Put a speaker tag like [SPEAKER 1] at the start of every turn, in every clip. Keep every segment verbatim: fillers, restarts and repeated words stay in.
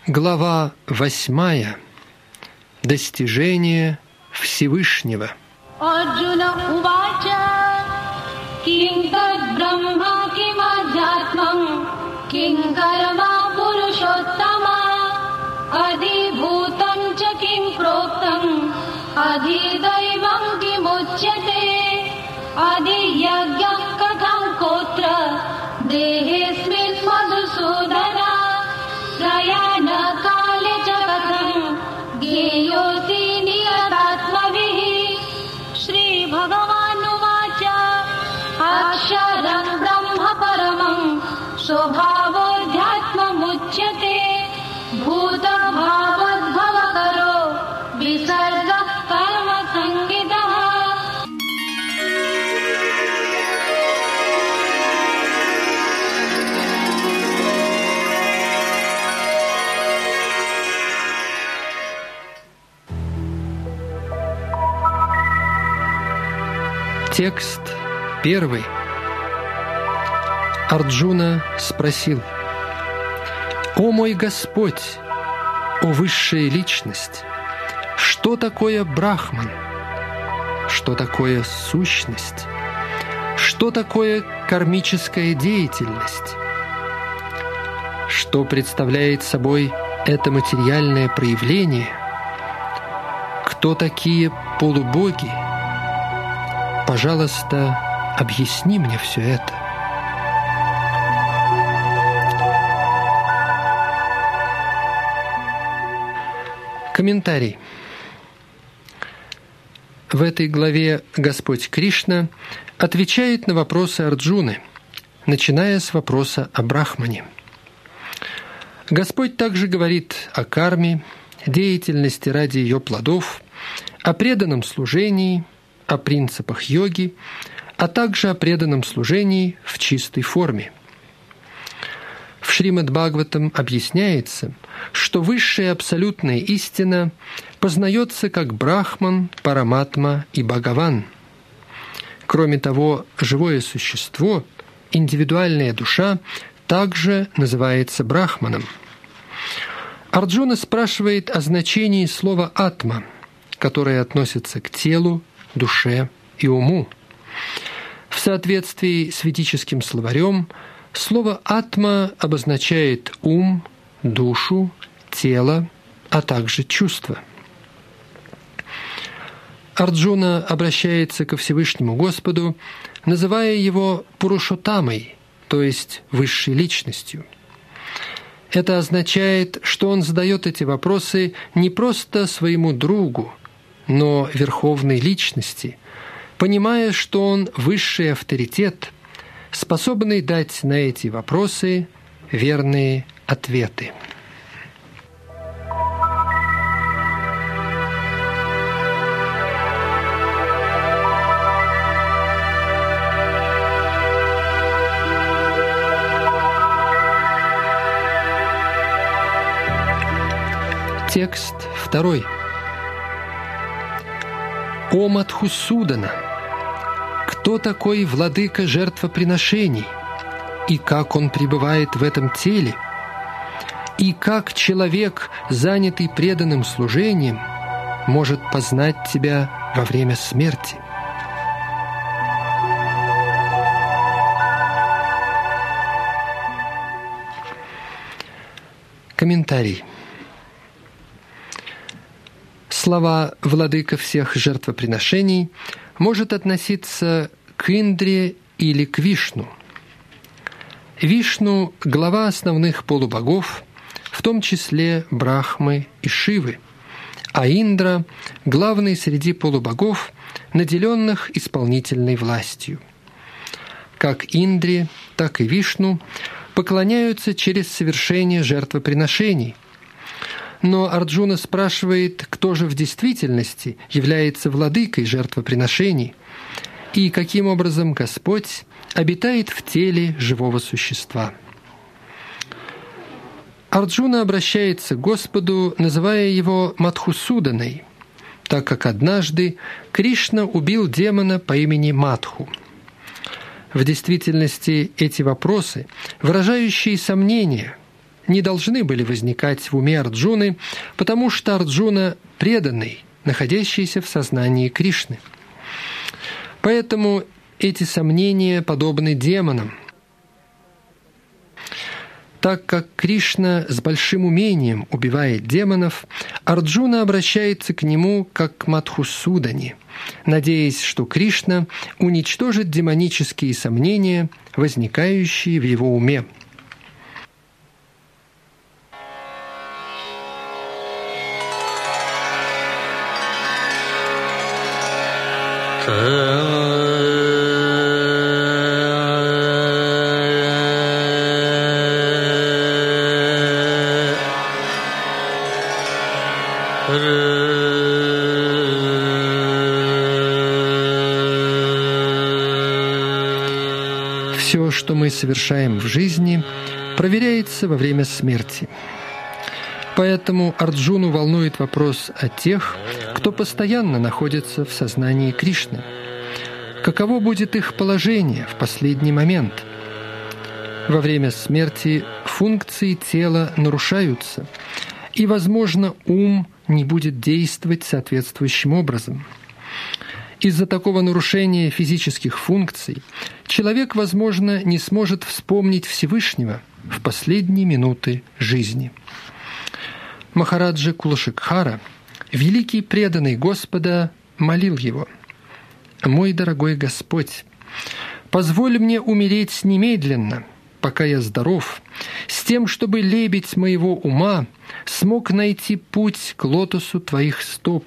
[SPEAKER 1] Глава восьмая. Достижение Всевышнего.
[SPEAKER 2] Арджуна увача ким тад брахма ким аджатмам ким карма пурушоттама адибхутам ча ким проктам адидайвам ким уччате адиягьям катам котра дехесмин мадусудана प्रयाण काले च कथं ज्ञेयोऽसि नियतात्मभिः श्रीभगवानुवाच अक्षरं ब्रह्म परमं स्वभावोऽध्यात्ममुच्यते भूतभावोद्भवकरो विसर्गः कर्मसंज्ञितः.
[SPEAKER 1] Текст первый. Арджуна спросил: «О мой Господь, о высшая личность, что такое Брахман? Что такое сущность? Что такое кармическая деятельность? Что представляет собой это материальное проявление? Кто такие полубоги? Пожалуйста, объясни мне все это». Комментарий. В этой главе Господь Кришна отвечает на вопросы Арджуны, начиная с вопроса о Брахмане. Господь также говорит о карме, деятельности ради ее плодов, о преданном служении, о принципах йоги, а также о преданном служении в чистой форме. В Шримад-Бхагаватам объясняется, что высшая абсолютная истина познается как Брахман, Параматма и Бхагаван. Кроме того, живое существо, индивидуальная душа, также называется Брахманом. Арджуна спрашивает о значении слова «атма», которое относится к телу, душе и уму. В соответствии с ведическим словарем слово «атма» обозначает ум, душу, тело, а также чувства. Арджуна обращается ко Всевышнему Господу, называя его Пурушотамой, то есть высшей личностью. Это означает, что он задает эти вопросы не просто своему другу, но верховной личности, понимая, что он высший авторитет, способный дать на эти вопросы верные ответы. Текст второй. «О Мадхусудана, кто такой владыка жертвоприношений, и как он пребывает в этом теле, и как человек, занятый преданным служением, может познать тебя во время смерти?» Комментарий. Слова «владыка всех жертвоприношений» может относиться к Индре или к Вишну. Вишну – глава основных полубогов, в том числе Брахмы и Шивы, а Индра – главный среди полубогов, наделенных исполнительной властью. Как Индре, так и Вишну поклоняются через совершение жертвоприношений. Но Арджуна спрашивает, кто же в действительности является владыкой жертвоприношений и каким образом Господь обитает в теле живого существа. Арджуна обращается к Господу, называя его Мадхусуданой, так как однажды Кришна убил демона по имени Мадху. В действительности эти вопросы, выражающие сомнения, не должны были возникать в уме Арджуны, потому что Арджуна преданный, находящийся в сознании Кришны. Поэтому эти сомнения подобны демонам. Так как Кришна с большим умением убивает демонов, Арджуна обращается к нему как к Мадхусудани, надеясь, что Кришна уничтожит демонические сомнения, возникающие в его уме. Все, что мы совершаем в жизни, проверяется во время смерти. Поэтому Арджуну волнует вопрос о тех, кто постоянно находится в сознании Кришны. Каково будет их положение в последний момент? Во время смерти функции тела нарушаются, и, возможно, ум не будет действовать соответствующим образом. Из-за такого нарушения физических функций человек, возможно, не сможет вспомнить Всевышнего в последние минуты жизни. Махараджа Кулашикхара, великий преданный Господа, молил его: «Мой дорогой Господь, позволь мне умереть немедленно, пока я здоров, с тем, чтобы лебедь моего ума смог найти путь к лотосу Твоих стоп».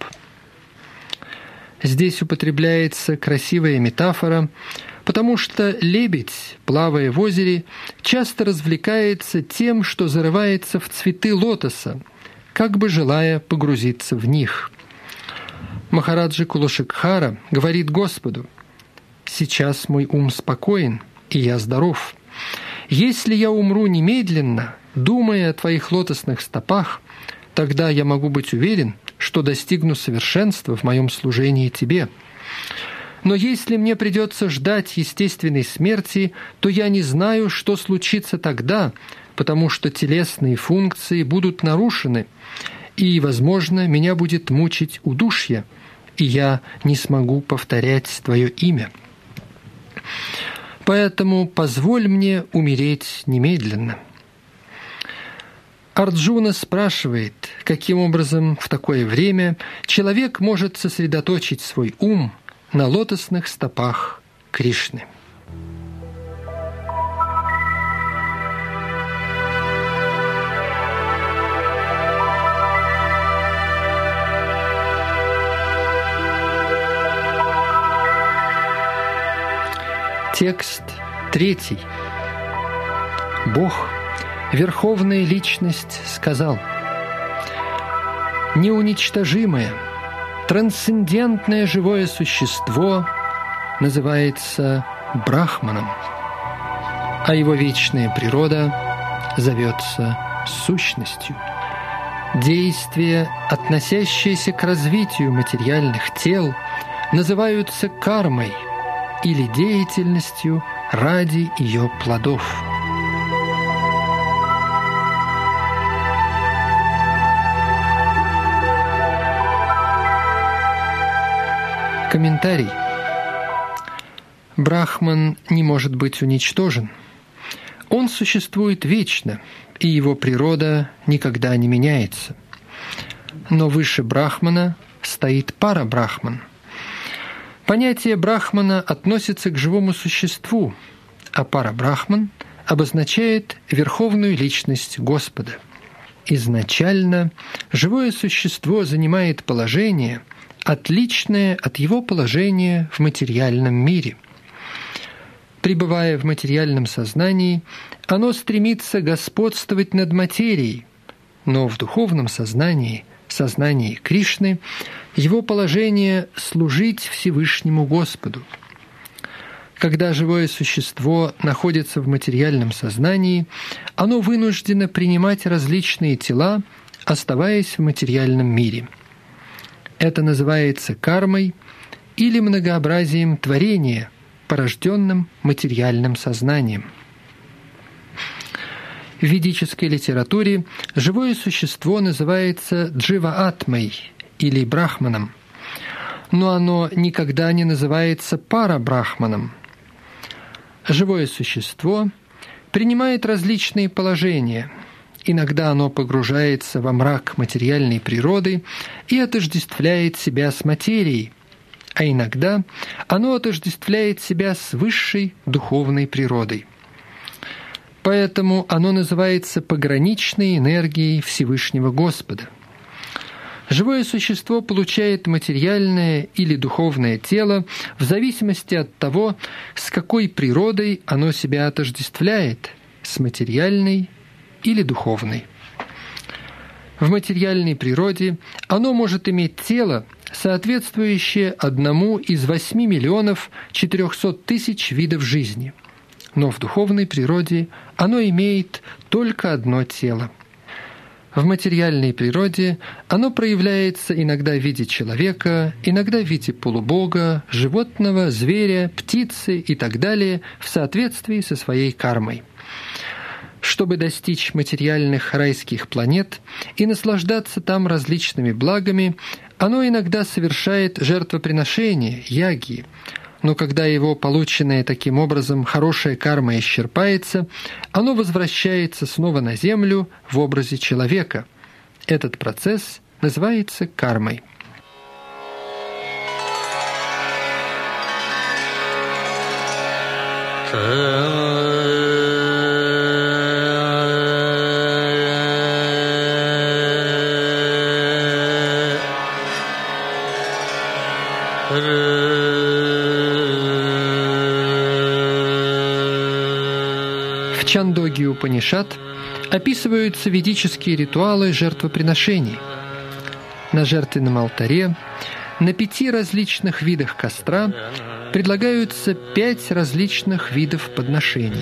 [SPEAKER 1] Здесь употребляется красивая метафора, потому что лебедь, плавая в озере, часто развлекается тем, что зарывается в цветы лотоса, как бы желая погрузиться в них. Махараджа Кулашикхара говорит Господу: «Сейчас мой ум спокоен, и я здоров. Если я умру немедленно, думая о Твоих лотосных стопах, тогда я могу быть уверен, что достигну совершенства в моем служении Тебе. Но если мне придется ждать естественной смерти, то я не знаю, что случится тогда, потому что телесные функции будут нарушены, и, возможно, меня будет мучить удушье, и я не смогу повторять Твое имя. Поэтому позволь мне умереть немедленно». Арджуна спрашивает, каким образом в такое время человек может сосредоточить свой ум на лотосных стопах Кришны. Текст третий. Бог, Верховная Личность, сказал: «Неуничтожимое, трансцендентное живое существо называется Брахманом, а его вечная природа зовется сущностью. Действия, относящиеся к развитию материальных тел, называются кармой или деятельностью ради ее плодов». Комментарий. Брахман не может быть уничтожен. Он существует вечно, и его природа никогда не меняется. Но выше Брахмана стоит Парабрахман. Понятие Брахмана относится к живому существу, а Парабрахман обозначает Верховную Личность Господа. Изначально живое существо занимает положение, отличное от его положения в материальном мире. Пребывая в материальном сознании, оно стремится господствовать над материей, но в духовном сознании, сознании Кришны, его положение – служить Всевышнему Господу. Когда живое существо находится в материальном сознании, оно вынуждено принимать различные тела, оставаясь в материальном мире. Это называется кармой или многообразием творения, порожденным материальным сознанием. В ведической литературе живое существо называется джива-атмой или брахманом, но оно никогда не называется пара-брахманом. Живое существо принимает различные положения. Иногда оно погружается во мрак материальной природы и отождествляет себя с материей, а иногда оно отождествляет себя с высшей духовной природой. Поэтому оно называется пограничной энергией Всевышнего Господа. Живое существо получает материальное или духовное тело в зависимости от того, с какой природой оно себя отождествляет, с материальной или духовной. В материальной природе оно может иметь тело, соответствующее одному из восьми миллионов четырехсот тысяч видов жизни. Но в духовной природе оно имеет только одно тело. В материальной природе оно проявляется иногда в виде человека, иногда в виде полубога, животного, зверя, птицы и так далее в соответствии со своей кармой. Чтобы достичь материальных райских планет и наслаждаться там различными благами, оно иногда совершает жертвоприношение, яги. Но когда его полученная таким образом хорошая карма исчерпается, оно возвращается снова на землю в образе человека. Этот процесс называется кармой. В Чандогья Упанишад описываются ведические ритуалы жертвоприношений. На жертвенном алтаре на пяти различных видах костра предлагаются пять различных видов подношений.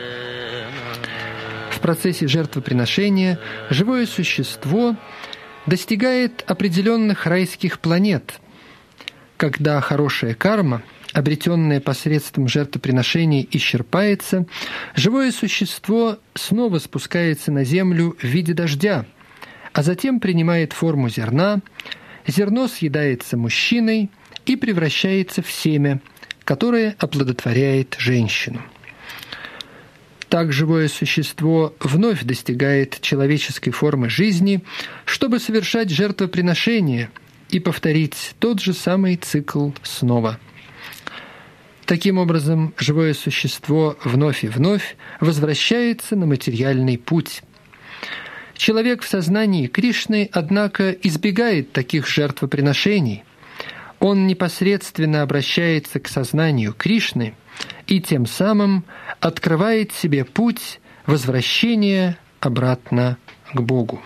[SPEAKER 1] В процессе жертвоприношения живое существо достигает определенных райских планет. Когда хорошая карма, обретенное посредством жертвоприношений, исчерпается, живое существо снова спускается на землю в виде дождя, а затем принимает форму зерна, зерно съедается мужчиной и превращается в семя, которое оплодотворяет женщину. Так живое существо вновь достигает человеческой формы жизни, чтобы совершать жертвоприношения и повторить тот же самый цикл снова. Таким образом, живое существо вновь и вновь возвращается на материальный путь. Человек в сознании Кришны, однако, избегает таких жертвоприношений. Он непосредственно обращается к сознанию Кришны и тем самым открывает себе путь возвращения обратно к Богу.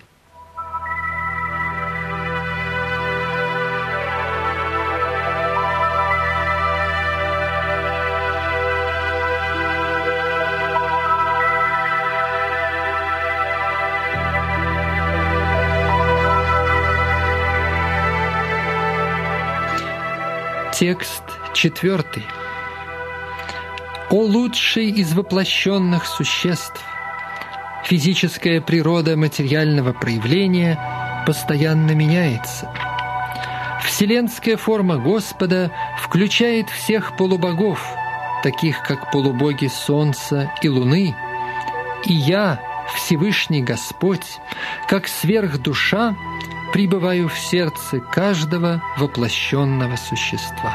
[SPEAKER 1] Текст четвертый. «О лучший из воплощенных существ! Физическая природа материального проявления постоянно меняется. Вселенская форма Господа включает всех полубогов, таких как полубоги Солнца и Луны, и я, Всевышний Господь, как сверхдуша, пребываю в сердце каждого воплощенного существа».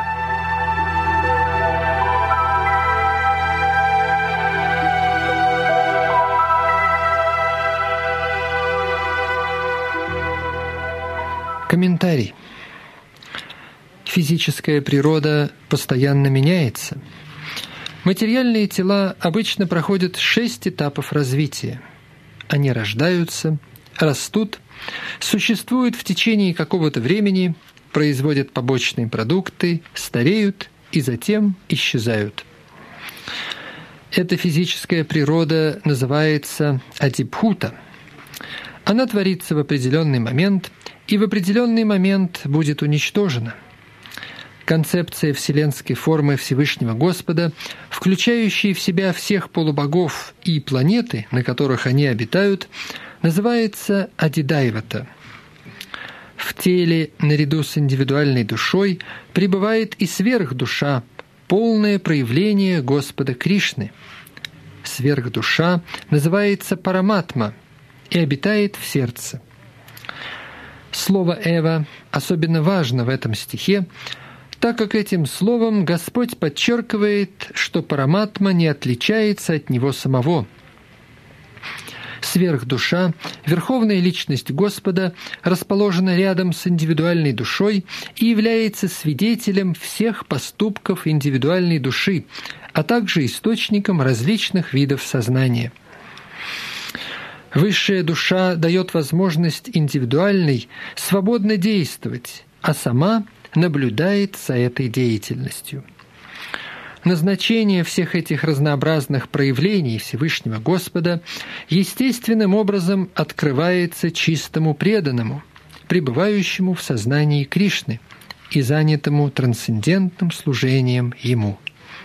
[SPEAKER 1] Комментарий. Физическая природа постоянно меняется. Материальные тела обычно проходят шесть этапов развития. Они рождаются, растут, существуют в течение какого-то времени, производят побочные продукты, стареют и затем исчезают. Эта физическая природа называется адибхута. Она творится в определенный момент и в определенный момент будет уничтожена. Концепция вселенской формы Всевышнего Господа, включающая в себя всех полубогов и планеты, на которых они обитают, называется Адидайвата. В теле, наряду с индивидуальной душой, пребывает и сверхдуша, полное проявление Господа Кришны. Сверхдуша называется Параматма и обитает в сердце. Слово «эва» особенно важно в этом стихе, так как этим словом Господь подчеркивает, что Параматма не отличается от Него самого. Сверхдуша, верховная личность Господа, расположена рядом с индивидуальной душой и является свидетелем всех поступков индивидуальной души, а также источником различных видов сознания. Высшая душа дает возможность индивидуальной свободно действовать, а сама наблюдает за этой деятельностью. Назначение всех этих разнообразных проявлений Всевышнего Господа естественным образом открывается чистому преданному, пребывающему в сознании Кришны и занятому трансцендентным служением Ему.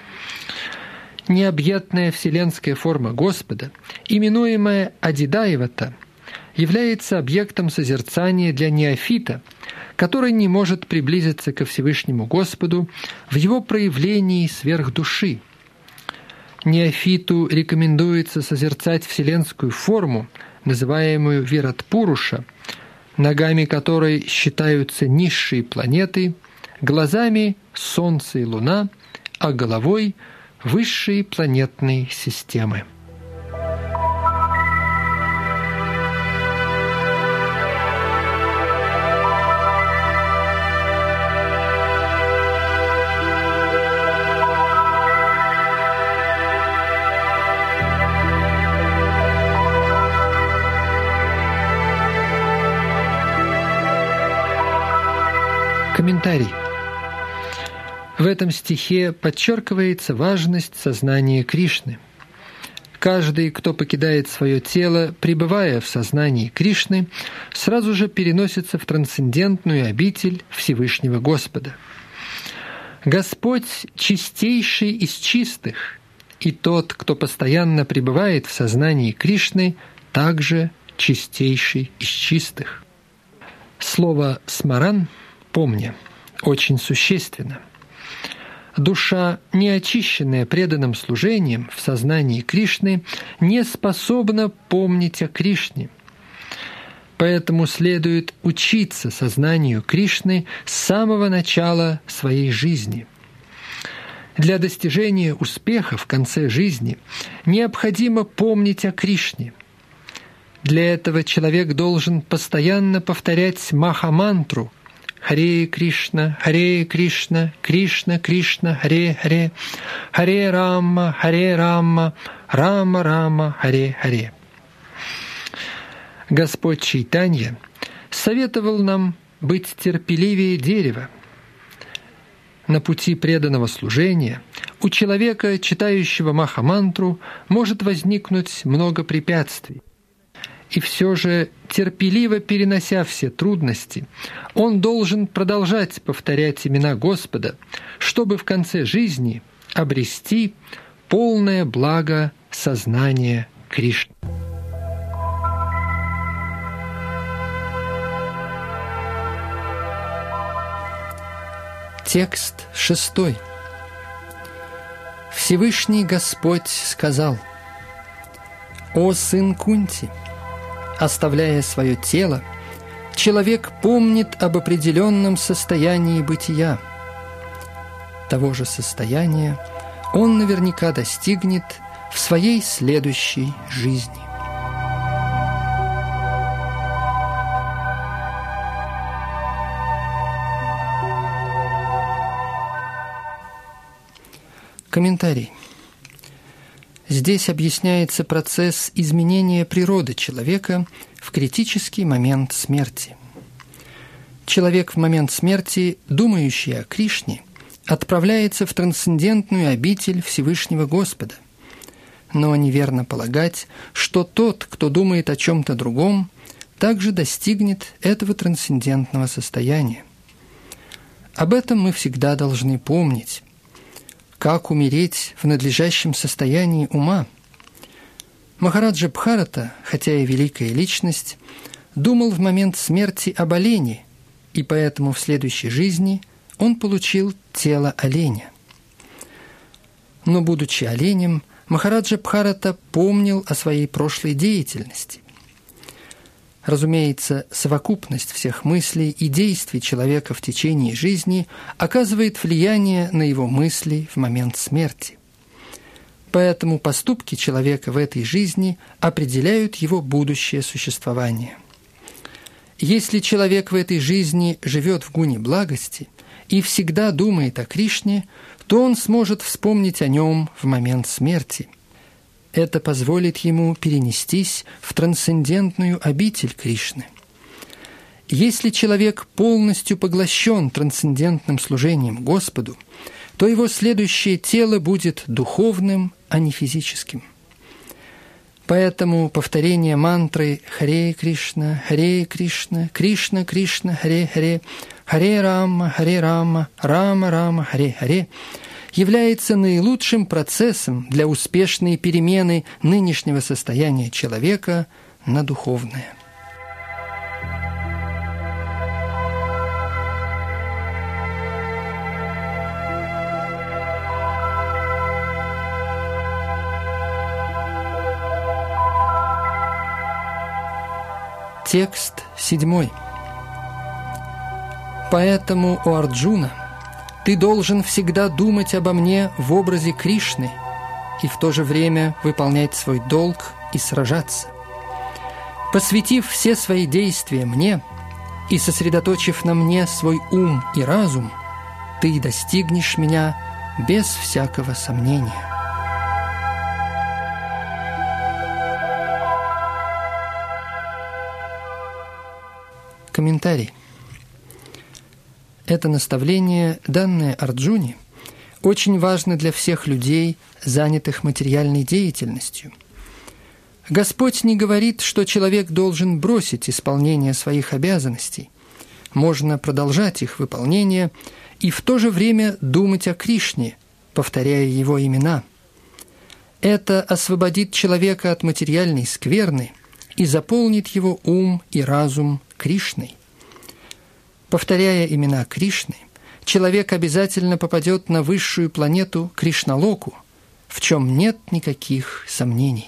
[SPEAKER 1] Необъятная вселенская форма Господа, именуемая Адидайвата, является объектом созерцания для неофита, который не может приблизиться ко Всевышнему Господу в его проявлении сверхдуши. Неофиту рекомендуется созерцать вселенскую форму, называемую Виратпуруша, ногами которой считаются низшие планеты, глазами – Солнце и Луна, а головой – высшие планетные системы. Комментарий. В этом стихе подчеркивается важность сознания Кришны. Каждый, кто покидает свое тело, пребывая в сознании Кришны, сразу же переносится в трансцендентную обитель Всевышнего Господа. Господь чистейший из чистых, и тот, кто постоянно пребывает в сознании Кришны, также чистейший из чистых. Слово «смаран» — «помни» очень существенно. Душа, не очищенная преданным служением в сознании Кришны, не способна помнить о Кришне. Поэтому следует учиться сознанию Кришны с самого начала своей жизни. Для достижения успеха в конце жизни необходимо помнить о Кришне. Для этого человек должен постоянно повторять Махамантру Харе Кришна, Харе Кришна, Кришна Кришна, Харе Харе, Харе Рама, Харе Рама, Рама Рама, Харе Харе. Господь Чайтанья советовал нам быть терпеливее дерева. На пути преданного служения у человека, читающего Махамантру, может возникнуть много препятствий. И все же, терпеливо перенося все трудности, он должен продолжать повторять имена Господа, чтобы в конце жизни обрести полное благо сознания Кришны. Текст шестой. Всевышний Господь сказал: «О сын Кунти, оставляя свое тело, человек помнит об определенном состоянии бытия. Того же состояния он наверняка достигнет в своей следующей жизни». Комментарий. Здесь объясняется процесс изменения природы человека в критический момент смерти. Человек в момент смерти, думающий о Кришне, отправляется в трансцендентную обитель Всевышнего Господа. Но неверно полагать, что тот, кто думает о чем-то другом, также достигнет этого трансцендентного состояния. Об этом мы всегда должны помнить. Как умереть в надлежащем состоянии ума? Махараджа Бхарата, хотя и великая личность, думал в момент смерти об олене, и поэтому в следующей жизни он получил тело оленя. Но, будучи оленем, Махараджа Бхарата помнил о своей прошлой деятельности. Разумеется, совокупность всех мыслей и действий человека в течение жизни оказывает влияние на его мысли в момент смерти. Поэтому поступки человека в этой жизни определяют его будущее существование. Если человек в этой жизни живет в гуне благости и всегда думает о Кришне, то он сможет вспомнить о нем в момент смерти. Это позволит ему перенестись в трансцендентную обитель Кришны. Если человек полностью поглощен трансцендентным служением Господу, то его следующее тело будет духовным, а не физическим. Поэтому повторение мантры «Харе Кришна, Харе Кришна, Кришна Кришна, Харе Харе, Харе Рама, Харе Рама, Рама Рама, Харе Харе» является наилучшим процессом для успешной перемены нынешнего состояния человека на духовное. Текст седьмой. Поэтому, о Арджуна, ты должен всегда думать обо мне в образе Кришны и в то же время выполнять свой долг и сражаться. Посвятив все свои действия мне и сосредоточив на мне свой ум и разум, ты достигнешь меня без всякого сомнения. Комментарий. Это наставление, данное Арджуне, очень важно для всех людей, занятых материальной деятельностью. Господь не говорит, что человек должен бросить исполнение своих обязанностей. Можно продолжать их выполнение и в то же время думать о Кришне, повторяя его имена. Это освободит человека от материальной скверны и заполнит его ум и разум Кришной. Повторяя имена Кришны, человек обязательно попадет на высшую планету Кришналоку, в чем нет никаких сомнений.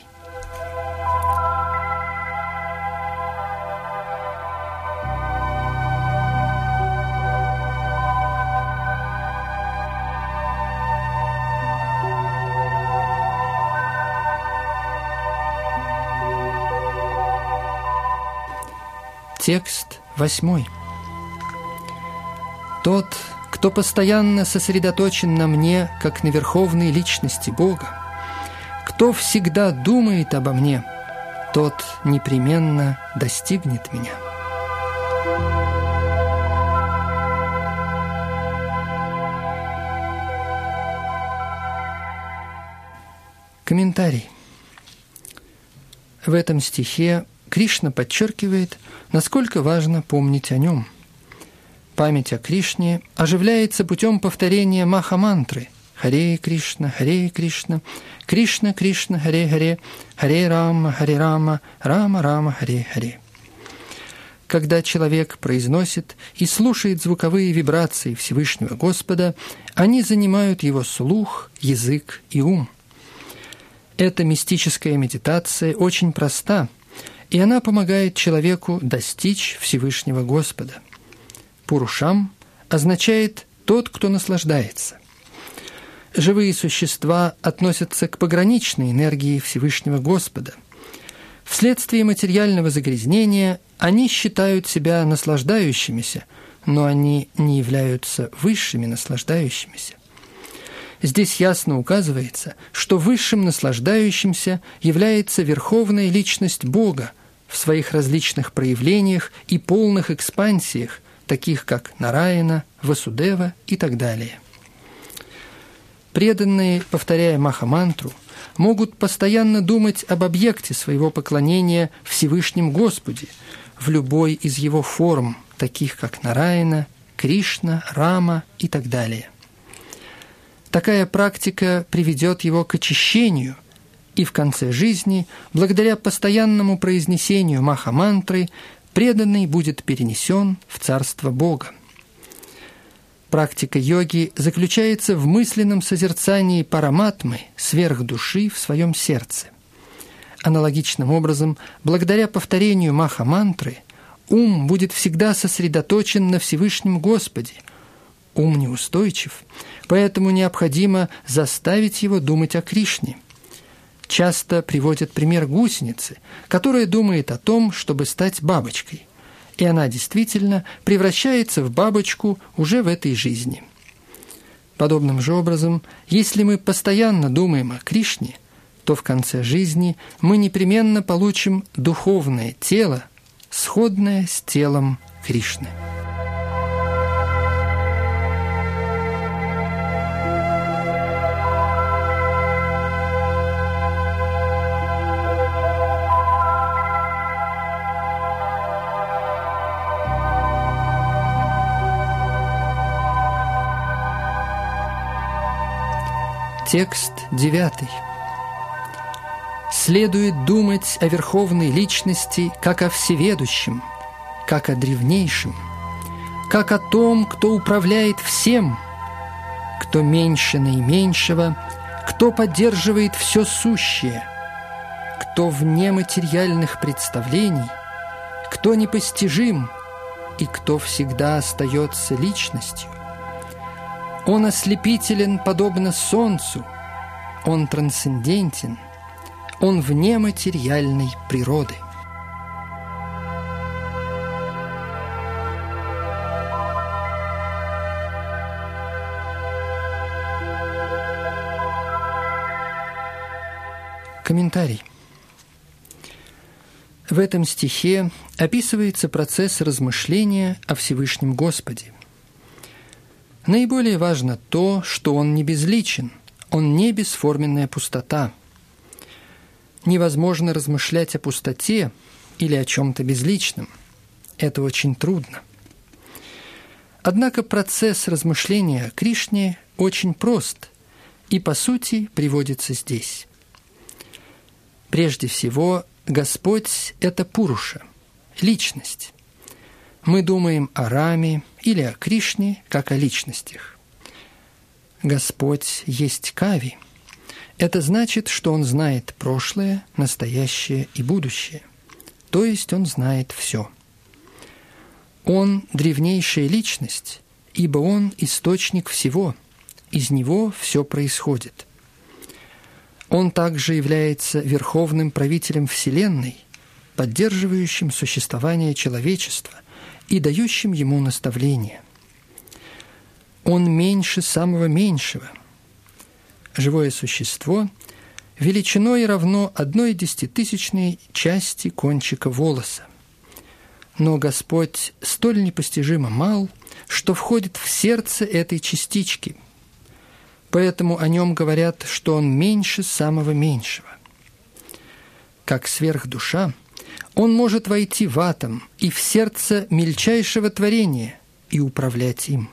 [SPEAKER 1] Текст восьмой. Тот, кто постоянно сосредоточен на мне, как на верховной личности Бога, кто всегда думает обо мне, тот непременно достигнет меня. Комментарий. В этом стихе Кришна подчеркивает, насколько важно помнить о нем. Память о Кришне оживляется путем повторения маха-мантры «Харе Кришна, Харе Кришна, Кришна Кришна, Харе Харе, Харе Рама, Харе Рама, Рама Рама, Харе Харе». Когда человек произносит и слушает звуковые вибрации Всевышнего Господа, они занимают его слух, язык и ум. Эта мистическая медитация очень проста, и она помогает человеку достичь Всевышнего Господа. Пурушам означает «тот, кто наслаждается». Живые существа относятся к пограничной энергии Всевышнего Господа. Вследствие материального загрязнения они считают себя наслаждающимися, но они не являются высшими наслаждающимися. Здесь ясно указывается, что высшим наслаждающимся является Верховная Личность Бога в своих различных проявлениях и полных экспансиях, таких как Нараяна, Васудева и так далее. Преданные, повторяя маха-мантру, могут постоянно думать об объекте своего поклонения Всевышнем Господе в любой из его форм, таких как Нараяна, Кришна, Рама и так далее. Такая практика приведет его к очищению, и в конце жизни, благодаря постоянному произнесению Маха-мантры, преданный будет перенесен в Царство Бога. Практика йоги заключается в мысленном созерцании параматмы, сверхдуши в своем сердце. Аналогичным образом, благодаря повторению Маха-мантры, ум будет всегда сосредоточен на Всевышнем Господе. Ум неустойчив, поэтому необходимо заставить его думать о Кришне. Часто приводят пример гусеницы, которая думает о том, чтобы стать бабочкой. И она действительно превращается в бабочку уже в этой жизни. Подобным же образом, если мы постоянно думаем о Кришне, то в конце жизни мы непременно получим духовное тело, сходное с телом Кришны. Текст девятый. Следует думать о Верховной Личности как о Всеведущем, как о Древнейшем, как о том, кто управляет всем, кто меньше наименьшего, кто поддерживает все сущее, кто вне материальных представлений, кто непостижим и кто всегда остается личностью. Он ослепителен, подобно солнцу, он трансцендентен, он вне материальной природы. Комментарий. В этом стихе описывается процесс размышления о Всевышнем Господе. Наиболее важно то, что Он не безличен, Он не бесформенная пустота. Невозможно размышлять о пустоте или о чем-то безличном. Это очень трудно. Однако процесс размышления о Кришне очень прост и, по сути, приводится здесь. Прежде всего, Господь – это Пуруша, личность. Мы думаем о Раме или о Кришне, как о личностях. Господь есть Кави. Это значит, что Он знает прошлое, настоящее и будущее. То есть Он знает все. Он – древнейшая личность, ибо Он – источник всего. Из Него все происходит. Он также является верховным правителем Вселенной, поддерживающим существование человечества и дающим ему наставления. Он меньше самого меньшего. Живое существо величиной равно одной десятитысячной части кончика волоса. Но Господь столь непостижимо мал, что входит в сердце этой частички. Поэтому о нем говорят, что он меньше самого меньшего. Как сверхдуша, он может войти в атом и в сердце мельчайшего творения и управлять им.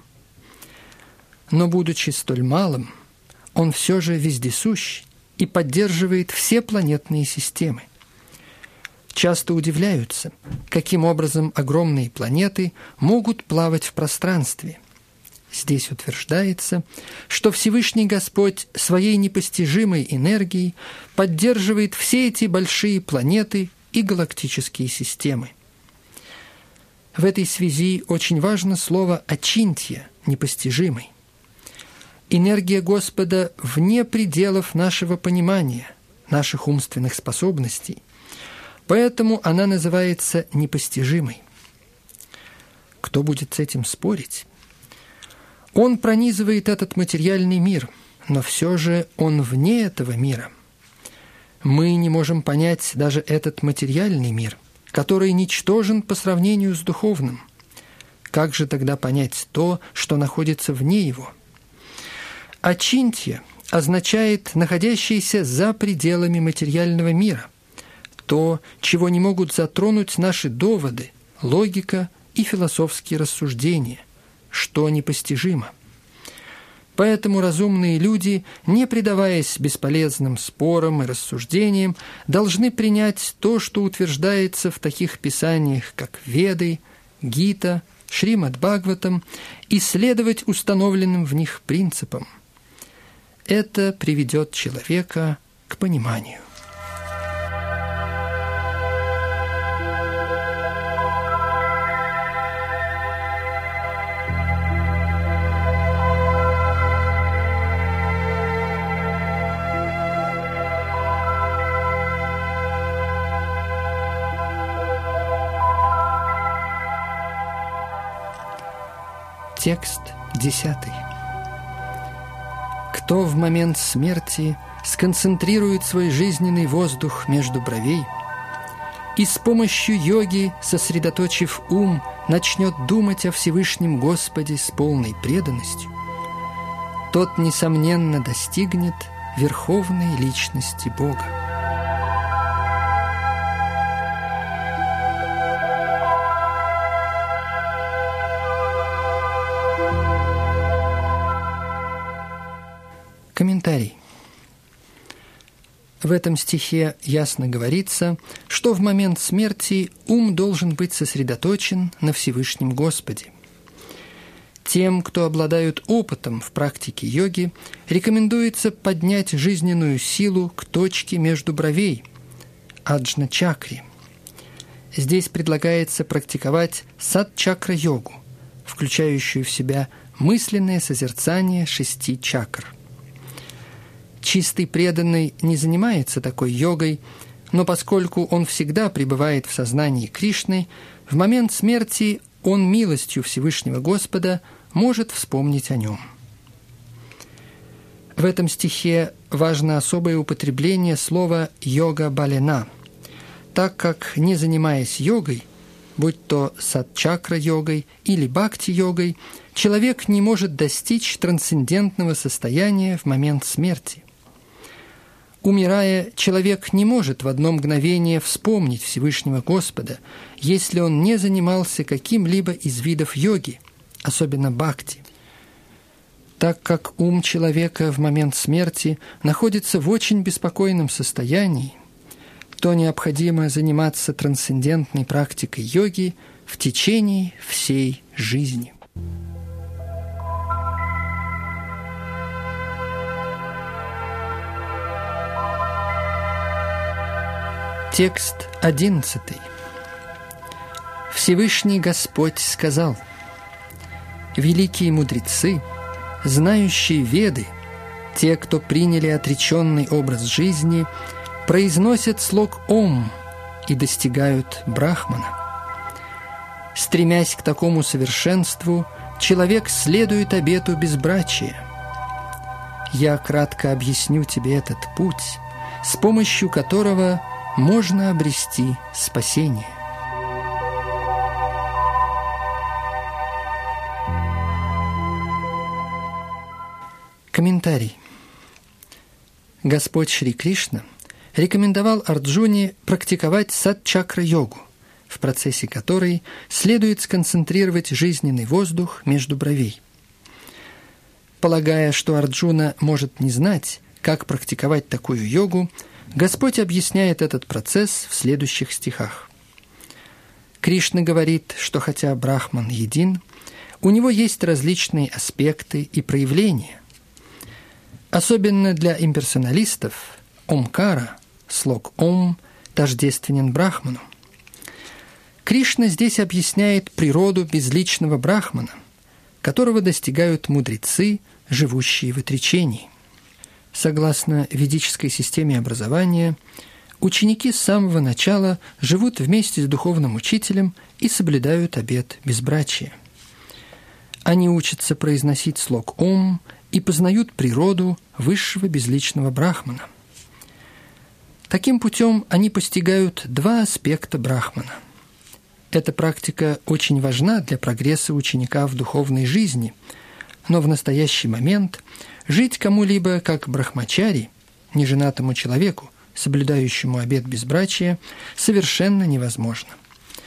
[SPEAKER 1] Но, будучи столь малым, он все же вездесущ и поддерживает все планетные системы. Часто удивляются, каким образом огромные планеты могут плавать в пространстве. Здесь утверждается, что Всевышний Господь своей непостижимой энергией поддерживает все эти большие планеты и галактические системы. В этой связи очень важно слово «очинтья», непостижимый. Энергия Господа вне пределов нашего понимания, наших умственных способностей, поэтому она называется непостижимой. Кто будет с этим спорить? Он пронизывает этот материальный мир, но все же он вне этого мира. Мы не можем понять даже этот материальный мир, который ничтожен по сравнению с духовным. Как же тогда понять то, что находится вне его? Очинтья означает находящееся за пределами материального мира, то, чего не могут затронуть наши доводы, логика и философские рассуждения, что непостижимо. Поэтому разумные люди, не предаваясь бесполезным спорам и рассуждениям, должны принять то, что утверждается в таких писаниях, как Веды, Гита, Шримад Бхагаватам, и следовать установленным в них принципам. Это приведет человека к пониманию. Текст десятый. Кто в момент смерти сконцентрирует свой жизненный воздух между бровей и с помощью йоги, сосредоточив ум, начнет думать о Всевышнем Господе с полной преданностью, тот, несомненно, достигнет верховной личности Бога. Комментарий. В этом стихе ясно говорится, что в момент смерти ум должен быть сосредоточен на Всевышнем Господе. Тем, кто обладают опытом в практике йоги, рекомендуется поднять жизненную силу к точке между бровей, аджна-чакре. Здесь предлагается практиковать сад-чакра-йогу, включающую в себя мысленное созерцание шести чакр. Чистый преданный не занимается такой йогой, но поскольку он всегда пребывает в сознании Кришны, в момент смерти он милостью Всевышнего Господа может вспомнить о нем. В этом стихе важно особое употребление слова «йога-балена», так как, не занимаясь йогой, будь то сад-чакра-йогой или бхакти-йогой, человек не может достичь трансцендентного состояния в момент смерти. Умирая, человек не может в одно мгновение вспомнить Всевышнего Господа, если он не занимался каким-либо из видов йоги, особенно бхакти. Так как ум человека в момент смерти находится в очень беспокойном состоянии, то необходимо заниматься трансцендентной практикой йоги в течение всей жизни. Текст одиннадцатый. Всевышний Господь сказал: «Великие мудрецы, знающие Веды, те, кто приняли отреченный образ жизни, произносят слог «Ом» и достигают Брахмана. Стремясь к такому совершенству, человек следует обету безбрачия. Я кратко объясню тебе этот путь, с помощью которого можно обрести спасение». Комментарий. Господь Шри Кришна рекомендовал Арджуне практиковать сад-чакра-йогу, в процессе которой следует сконцентрировать жизненный воздух между бровей. Полагая, что Арджуна может не знать, как практиковать такую йогу, Господь объясняет этот процесс в следующих стихах. Кришна говорит, что хотя Брахман един, у него есть различные аспекты и проявления. Особенно для имперсоналистов Омкара, слог «Ом», тождественен Брахману. Кришна здесь объясняет природу безличного Брахмана, которого достигают мудрецы, живущие в отречении. Согласно ведической системе образования, ученики с самого начала живут вместе с духовным учителем и соблюдают обет безбрачия. Они учатся произносить слог «Ом» и познают природу высшего безличного Брахмана. Таким путем они постигают два аспекта Брахмана. Эта практика очень важна для прогресса ученика в духовной жизни, но в настоящий момент жить кому-либо как брахмачари, неженатому человеку, соблюдающему обет безбрачия, совершенно невозможно.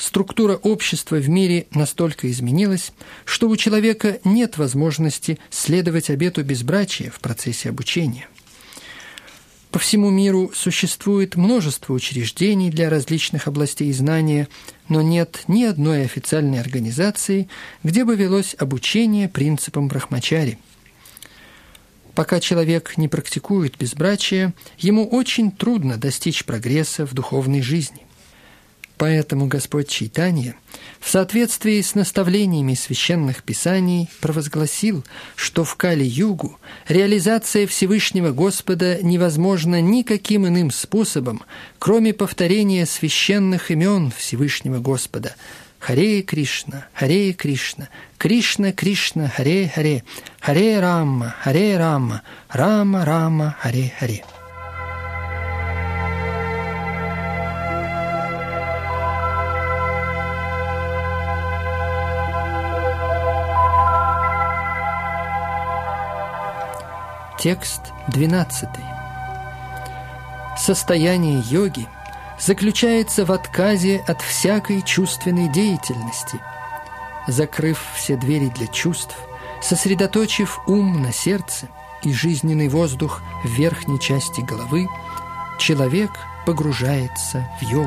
[SPEAKER 1] структура общества в мире настолько изменилась, что у человека нет возможности следовать обету безбрачия в процессе обучения. По всему миру существует множество учреждений для различных областей знания, но нет ни одной официальной организации, где бы велось обучение принципам брахмачари. Пока человек не практикует безбрачие, ему очень трудно достичь прогресса в духовной жизни. Поэтому Господь Чайтанья в соответствии с наставлениями священных писаний провозгласил, что в Кали-югу реализация Всевышнего Господа невозможна никаким иным способом, кроме повторения священных имен Всевышнего Господа: Харе Кришна, Харе Кришна, Кришна Кришна, Харе Харе, Харе Рама, Харе Рама, Рама Рама, Харе Харе. Текст двенадцатый. Состояние йоги заключается в отказе от всякой чувственной деятельности. Закрыв все двери для чувств, сосредоточив ум на сердце и жизненный воздух в верхней части головы, человек погружается в йогу.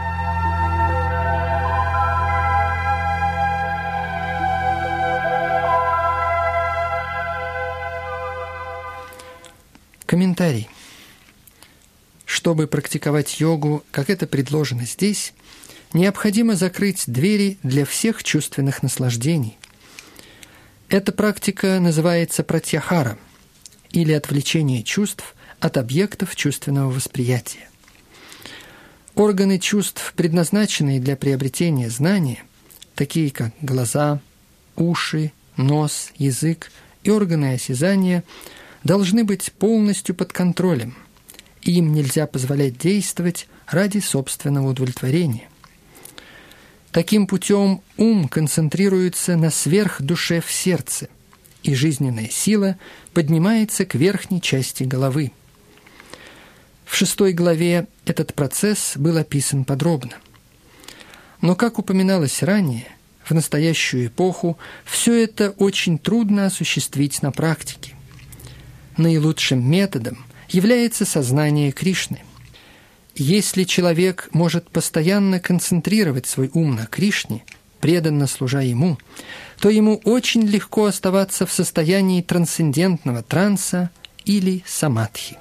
[SPEAKER 1] Комментарий. Чтобы практиковать йогу, как это предложено здесь, необходимо закрыть двери для всех чувственных наслаждений. Эта практика называется пратьяхара, или отвлечение чувств от объектов чувственного восприятия. Органы чувств, предназначенные для приобретения знания, такие как глаза, уши, нос, язык и органы осязания, должны быть полностью под контролем, и им нельзя позволять действовать ради собственного удовлетворения. Таким путем ум концентрируется на сверхдуше в сердце, и жизненная сила поднимается к верхней части головы. В шестой главе этот процесс был описан подробно. Но, как упоминалось ранее, в настоящую эпоху все это очень трудно осуществить на практике. Наилучшим методом является сознание Кришны. Если человек может постоянно концентрировать свой ум на Кришне, преданно служа Ему, то ему очень легко оставаться в состоянии трансцендентного транса или самадхи.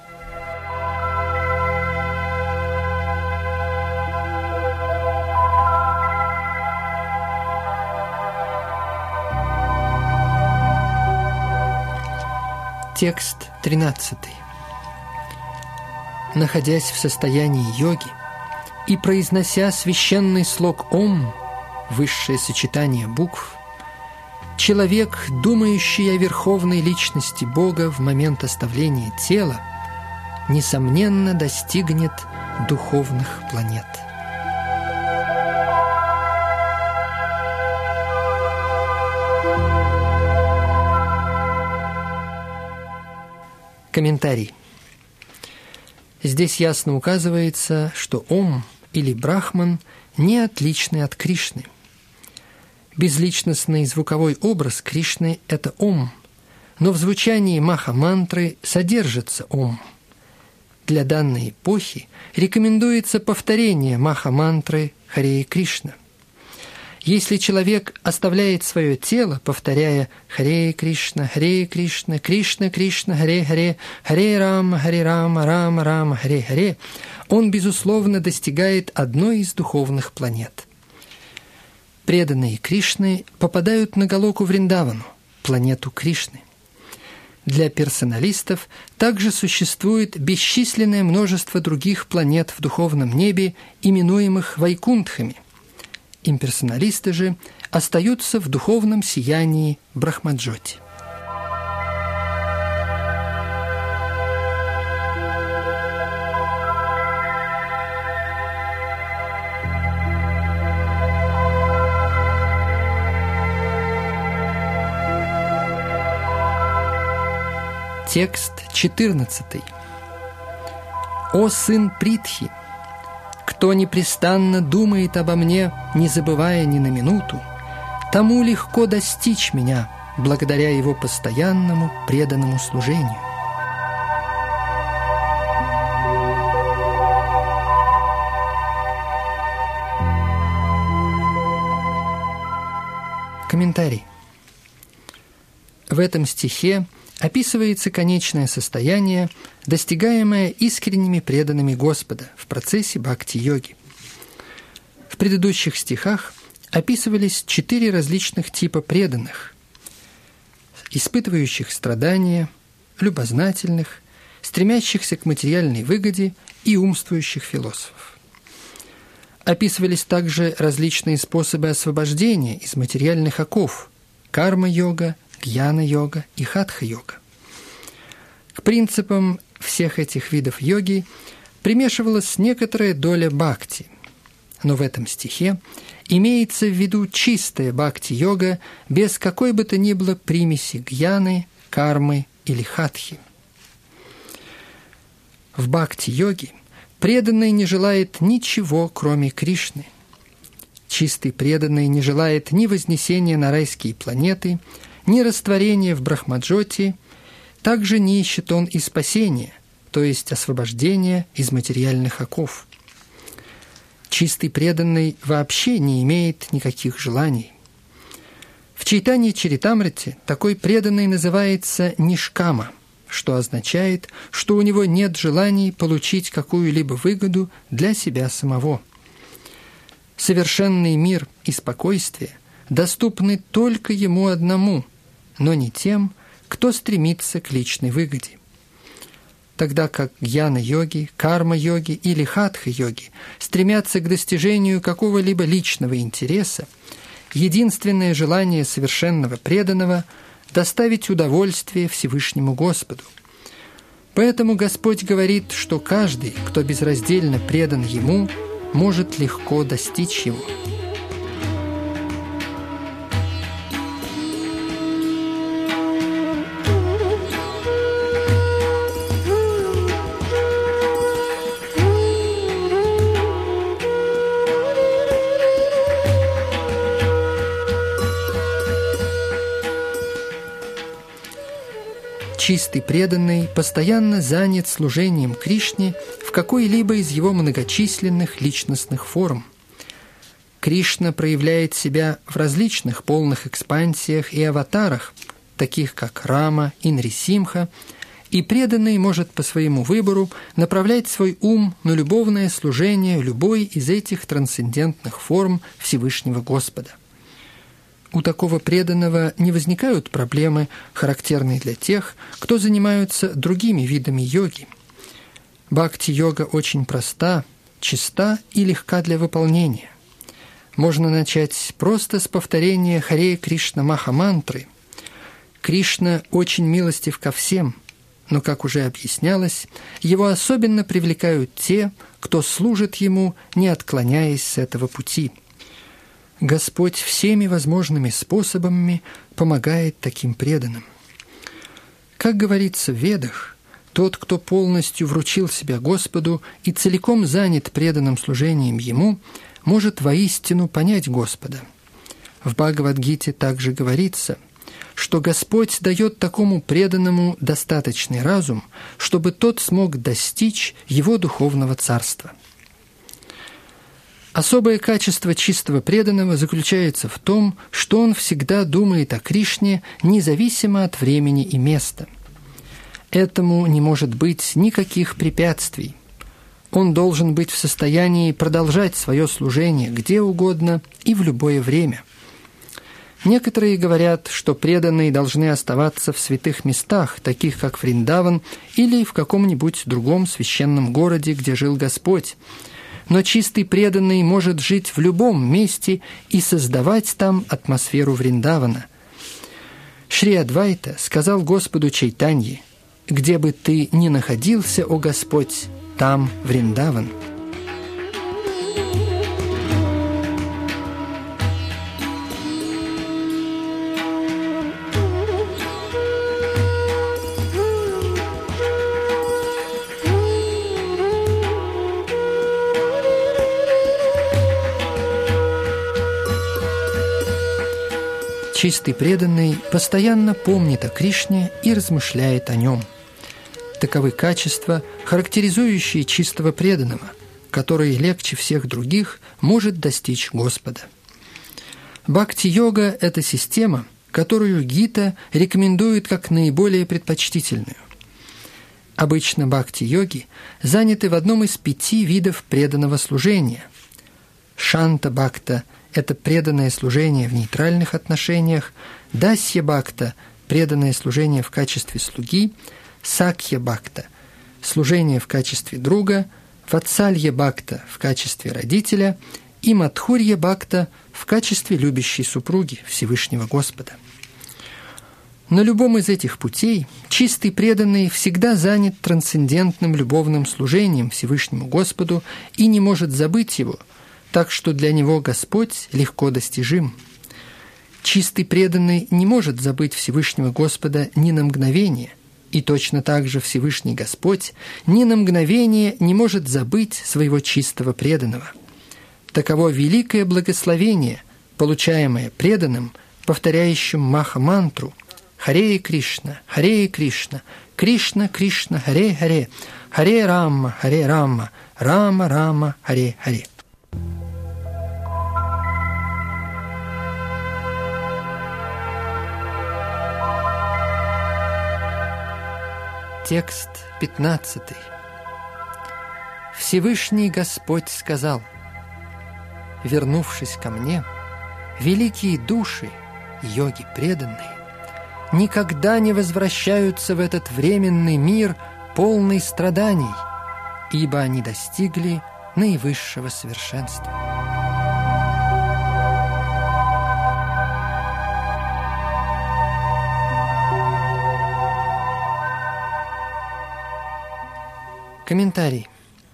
[SPEAKER 1] Текст тринадцатый. Находясь в состоянии йоги и произнося священный слог «Ом», высшее сочетание букв, человек, думающий о верховной личности Бога в момент оставления тела, несомненно достигнет духовных планет. Комментарий. Здесь ясно указывается, что Ом или Брахман не отличны от Кришны. Безличностный звуковой образ Кришны – это Ом, но в звучании маха-мантры содержится Ом. Для данной эпохи рекомендуется повторение маха-мантры Харе Кришна. Если человек оставляет свое тело, повторяя «Харе Кришна, Харе Кришна, Кришна Кришна, Харе Харе, Харе Рама, Харе Рама, Рама Рама, Харе Харе», он, безусловно, достигает одной из духовных планет. Преданные Кришны попадают на Галоку Вриндавану, планету Кришны. Для персоналистов также существует бесчисленное множество других планет в духовном небе, именуемых Вайкунтхами. Имперсоналисты же остаются в духовном сиянии Брахмаджоти. Текст четырнадцатый. «О сын Притхи! Кто непрестанно думает обо мне, не забывая ни на минуту, тому легко достичь меня благодаря его постоянному преданному служению. Комментарий. В этом стихе описывается конечное состояние, достигаемое искренними преданными Господа в процессе бхакти-йоги. В предыдущих стихах описывались четыре различных типа преданных: испытывающих страдания, любознательных, стремящихся к материальной выгоде и умствующих философов. Описывались также различные способы освобождения из материальных оков – карма-йога, гьяна-йога и хатха-йога. К принципам всех этих видов йоги примешивалась некоторая доля бхакти, но в этом стихе имеется в виду чистая бхакти-йога без какой бы то ни было примеси гьяны, кармы или хатхи. В бхакти-йоге преданный не желает ничего, кроме Кришны. Чистый преданный не желает ни вознесения на райские планеты, ни растворения в Брахмаджоти, также не ищет он и спасения, то есть освобождения из материальных оков. Чистый преданный вообще не имеет никаких желаний. В Чайтанья-чаритамрите такой преданный называется нишкама, что означает, что у него нет желаний получить какую-либо выгоду для себя самого. Совершенный мир и спокойствие доступны только ему одному, но не тем, кто стремится к личной выгоде. Тогда как гьяна-йоги, карма-йоги или хатха-йоги стремятся к достижению какого-либо личного интереса, единственное желание совершенного преданного – доставить удовольствие Всевышнему Господу. Поэтому Господь говорит, что каждый, кто безраздельно предан Ему, может легко достичь Его. Чистый преданный постоянно занят служением Кришне в какой-либо из его многочисленных личностных форм. Кришна проявляет себя в различных полных экспансиях и аватарах, таких как Рама и Нрисимха, и преданный может по своему выбору направлять свой ум на любовное служение любой из этих трансцендентных форм Всевышнего Господа. У такого преданного не возникают проблемы, характерные для тех, кто занимаются другими видами йоги. Бхакти-йога очень проста, чиста и легка для выполнения. Можно начать просто с повторения Харе Кришна Маха-мантры. Кришна очень милостив ко всем, но, как уже объяснялось, его особенно привлекают те, кто служит ему, не отклоняясь с этого пути. Господь всеми возможными способами помогает таким преданным. Как говорится в Ведах, тот, кто полностью вручил себя Господу и целиком занят преданным служением Ему, может воистину понять Господа. В Бхагавад-гите также говорится, что Господь дает такому преданному достаточный разум, чтобы тот смог достичь Его духовного царства. Особое качество чистого преданного заключается в том, что он всегда думает о Кришне независимо от времени и места. Этому не может быть никаких препятствий. Он должен быть в состоянии продолжать свое служение где угодно и в любое время. Некоторые говорят, что преданные должны оставаться в святых местах, таких как Вриндаван или в каком-нибудь другом священном городе, где жил Господь. Но чистый преданный может жить в любом месте и создавать там атмосферу Вриндавана. Шри Адвайта сказал Господу Чайтанье: «Где бы ты ни находился, о Господь, там Вриндаван». Чистый преданный постоянно помнит о Кришне и размышляет о нем. Таковы качества, характеризующие чистого преданного, который легче всех других может достичь Господа. Бхакти-йога – это система, которую Гита рекомендует как наиболее предпочтительную. Обычно бхакти-йоги заняты в одном из пяти видов преданного служения. Шанта-бхакта – это преданное служение в нейтральных отношениях, дасья-бхакта – преданное служение в качестве слуги, сакья-бхакта – служение в качестве друга, ватсалья-бхакта – в качестве родителя и мадхурья-бхакта – в качестве любящей супруги Всевышнего Господа. На любом из этих путей чистый преданный всегда занят трансцендентным любовным служением Всевышнему Господу и не может забыть его, так что для него Господь легко достижим. Чистый преданный не может забыть Всевышнего Господа ни на мгновение, и точно так же Всевышний Господь ни на мгновение не может забыть своего чистого преданного. Таково великое благословение, получаемое преданным, повторяющим маха-мантру «Харе Кришна, Харе Кришна, Кришна Кришна, Харе Харе, Харе Рама, Харе Рама, Рама Рама, Харе Харе». Текст пятнадцатый. Всевышний Господь сказал: «Вернувшись ко мне, великие души, йоги преданные, никогда не возвращаются в этот временный мир, полный страданий, ибо они достигли наивысшего совершенства». Комментарий.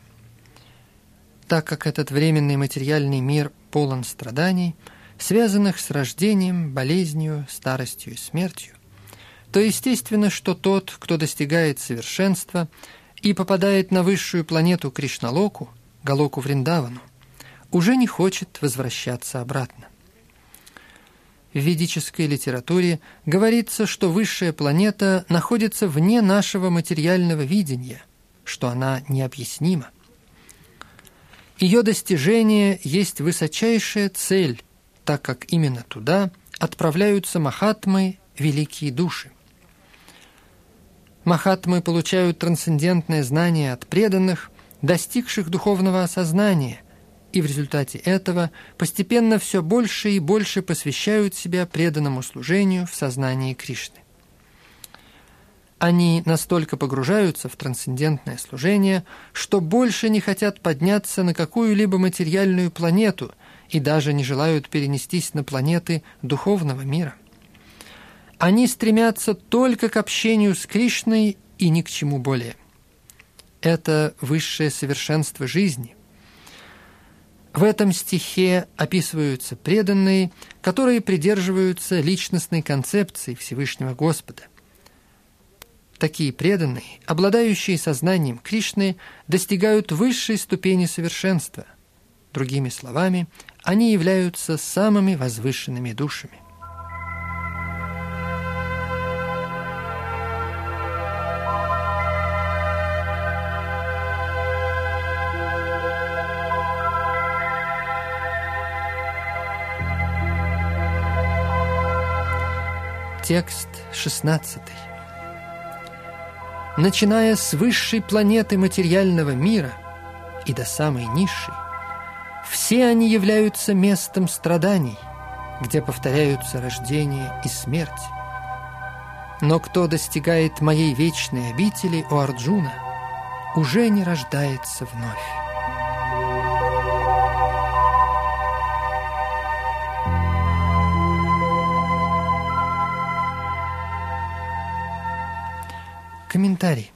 [SPEAKER 1] Так как этот временный материальный мир полон страданий, связанных с рождением, болезнью, старостью и смертью, то естественно, что тот, кто достигает совершенства и попадает на высшую планету Кришналоку, Галоку Вриндавану, уже не хочет возвращаться обратно. В ведической литературе говорится, что высшая планета находится вне нашего материального видения, что она необъяснима. Ее достижение есть высочайшая цель, так как именно туда отправляются махатмы, великие души. Махатмы получают трансцендентное знание от преданных, достигших духовного осознания, и в результате этого постепенно все больше и больше посвящают себя преданному служению в сознании Кришны. Они настолько погружаются в трансцендентное служение, что больше не хотят подняться на какую-либо материальную планету и даже не желают перенестись на планеты духовного мира. Они стремятся только к общению с Кришной и ни к чему более. Это высшее совершенство жизни. В этом стихе описываются преданные, которые придерживаются личностной концепции Всевышнего Господа. Такие преданные, обладающие сознанием Кришны, достигают высшей ступени совершенства. Другими словами, они являются самыми возвышенными душами. Текст шестнадцатый. Начиная с высшей планеты материального мира и до самой низшей, все они являются местом страданий, где повторяются рождение и смерть. Но кто достигает моей вечной обители, о Арджуна, уже не рождается вновь. Комментарий.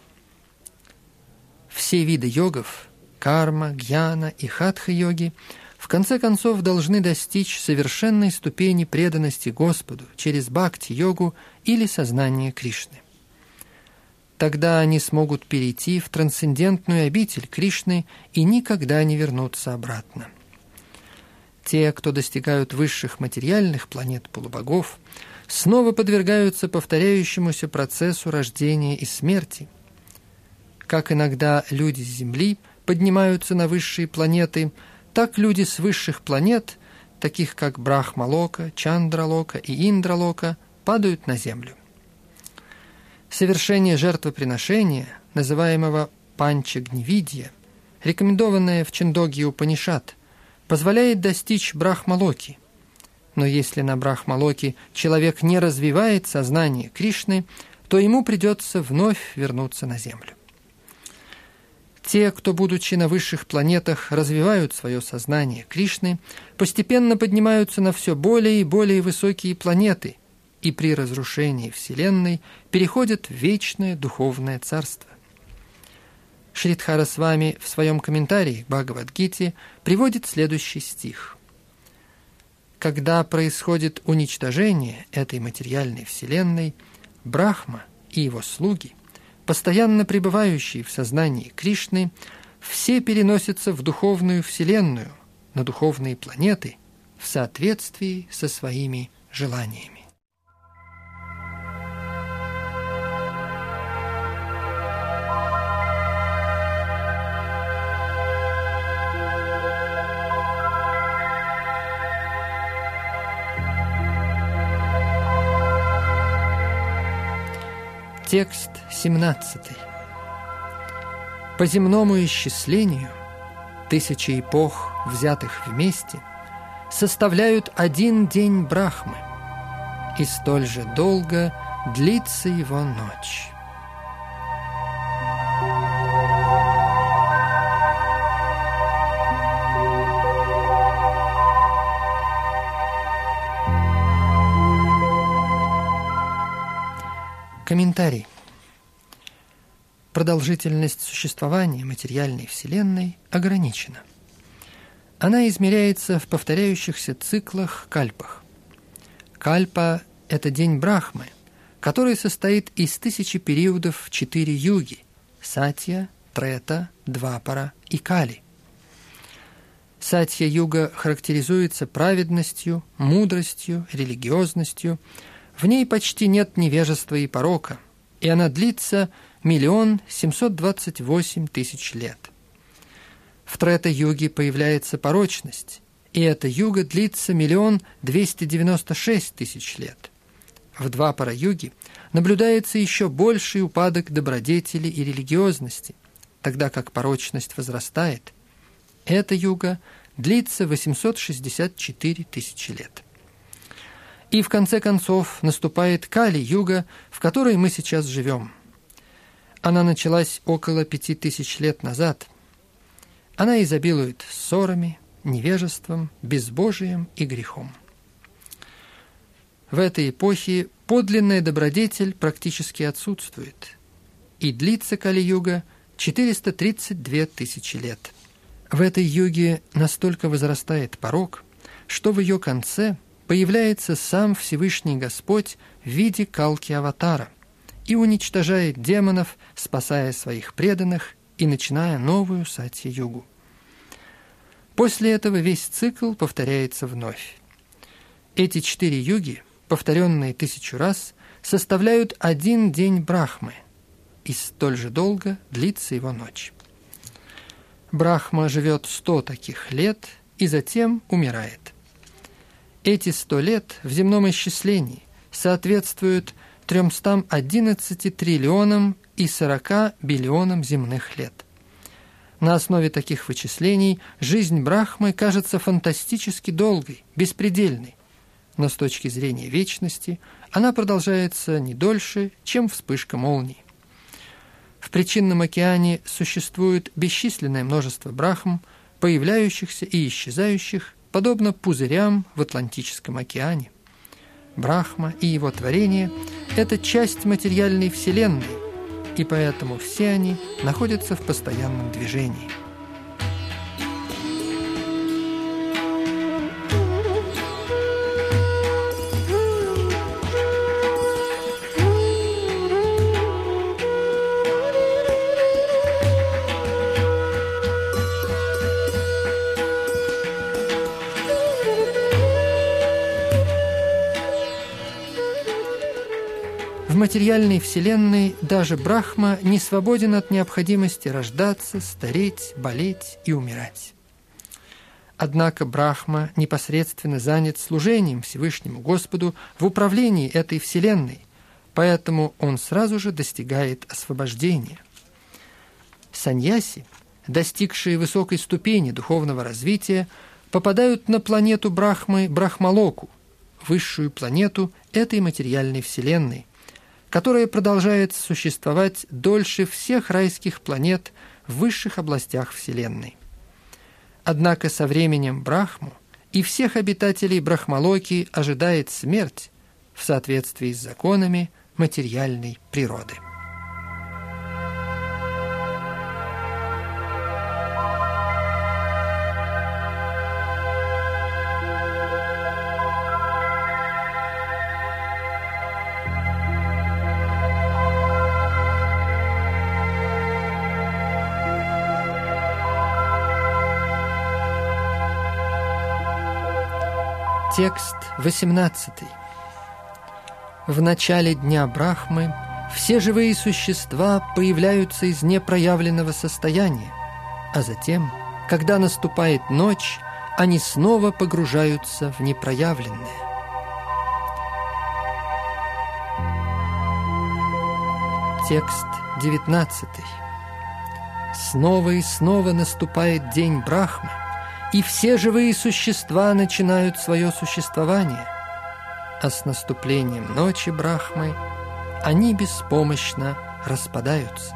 [SPEAKER 1] Все виды йогов – карма, гьяна и хатха-йоги – в конце концов должны достичь совершенной ступени преданности Господу через бхакти-йогу или сознание Кришны. Тогда они смогут перейти в трансцендентную обитель Кришны и никогда не вернуться обратно. Те, кто достигают высших материальных планет полубогов, снова подвергаются повторяющемуся процессу рождения и смерти. Как иногда люди с Земли поднимаются на высшие планеты, так люди с высших планет, таких как Брахмалока, Чандралока и Индралока, падают на Землю. Совершение жертвоприношения, называемого панчагнивидья, рекомендованное в Чандогья Упанишад, позволяет достичь Брахмалоки. Но если на Брахмалоке человек не развивает сознание Кришны, то ему придется вновь вернуться на Землю. Те, кто, будучи на высших планетах, развивают свое сознание Кришны, постепенно поднимаются на все более и более высокие планеты и при разрушении Вселенной переходят в вечное духовное царство. Шридхара Свами в своем комментарии к Бхагавад-гите приводит следующий стих. Когда происходит уничтожение этой материальной Вселенной, Брахма и его слуги, постоянно пребывающие в сознании Кришны, все переносятся в духовную Вселенную, на духовные планеты, в соответствии со своими желаниями. Текст семнадцатый. По земному исчислению тысячи эпох, взятых вместе, составляют один день Брахмы, и столь же долго длится его ночь. Комментарий. Продолжительность существования материальной Вселенной ограничена. Она измеряется в повторяющихся циклах кальпах. Кальпа – это день Брахмы, который состоит из тысячи периодов в четыре юги – Сатья, Трета, Двапара и Кали. Сатья-юга характеризуется праведностью, мудростью, религиозностью. В ней почти нет невежества и порока, и она длится миллион семьсот двадцать восемь тысяч лет. В Трета-юге появляется порочность, и эта юга длится миллион двести девяносто шесть тысяч лет. В Двапара-юге наблюдается еще больший упадок добродетели и религиозности, тогда как порочность возрастает. Эта юга длится восемьсот шестьдесят четыре тысячи лет. И в конце концов наступает Кали-юга, в которой мы сейчас живем. Она началась около пяти тысяч лет назад. Она изобилует ссорами, невежеством, безбожием и грехом. В этой эпохе подлинная добродетель практически отсутствует, и длится Кали-юга четыреста тридцать две тысячи лет. В этой юге настолько возрастает порок, что в ее конце появляется сам Всевышний Господь в виде Калки-аватара и уничтожает демонов, спасая своих преданных и начиная новую Сатья-югу. После этого весь цикл повторяется вновь. Эти четыре юги, повторенные тысячу раз, составляют один день Брахмы, и столь же долго длится его ночь. Брахма живет сто таких лет и затем умирает. Эти сто лет в земном исчислении соответствуют тремстам одиннадцати триллионам и сорока биллионам земных лет. На основе таких вычислений жизнь Брахмы кажется фантастически долгой, беспредельной, но с точки зрения вечности она продолжается не дольше, чем вспышка молнии. В причинном океане существует бесчисленное множество Брахм, появляющихся и исчезающих, подобно пузырям в Атлантическом океане. Брахма и его творение – это часть материальной Вселенной, и поэтому все они находятся в постоянном движении. В материальной вселенной даже Брахма не свободен от необходимости рождаться, стареть, болеть и умирать. Однако Брахма непосредственно занят служением Всевышнему Господу в управлении этой вселенной, поэтому он сразу же достигает освобождения. Саньяси, достигшие высокой ступени духовного развития, попадают на планету Брахмы Брахмалоку, высшую планету этой материальной вселенной, которая продолжает существовать дольше всех райских планет в высших областях вселенной. Однако со временем Брахму и всех обитателей Брахмалоки ожидает смерть в соответствии с законами материальной природы. Текст восемнадцатый. В начале дня Брахмы все живые существа появляются из непроявленного состояния, а затем, когда наступает ночь, они снова погружаются в непроявленное. Текст девятнадцатый. Снова и снова наступает день Брахмы, и все живые существа начинают свое существование, а с наступлением ночи Брахмы они беспомощно распадаются.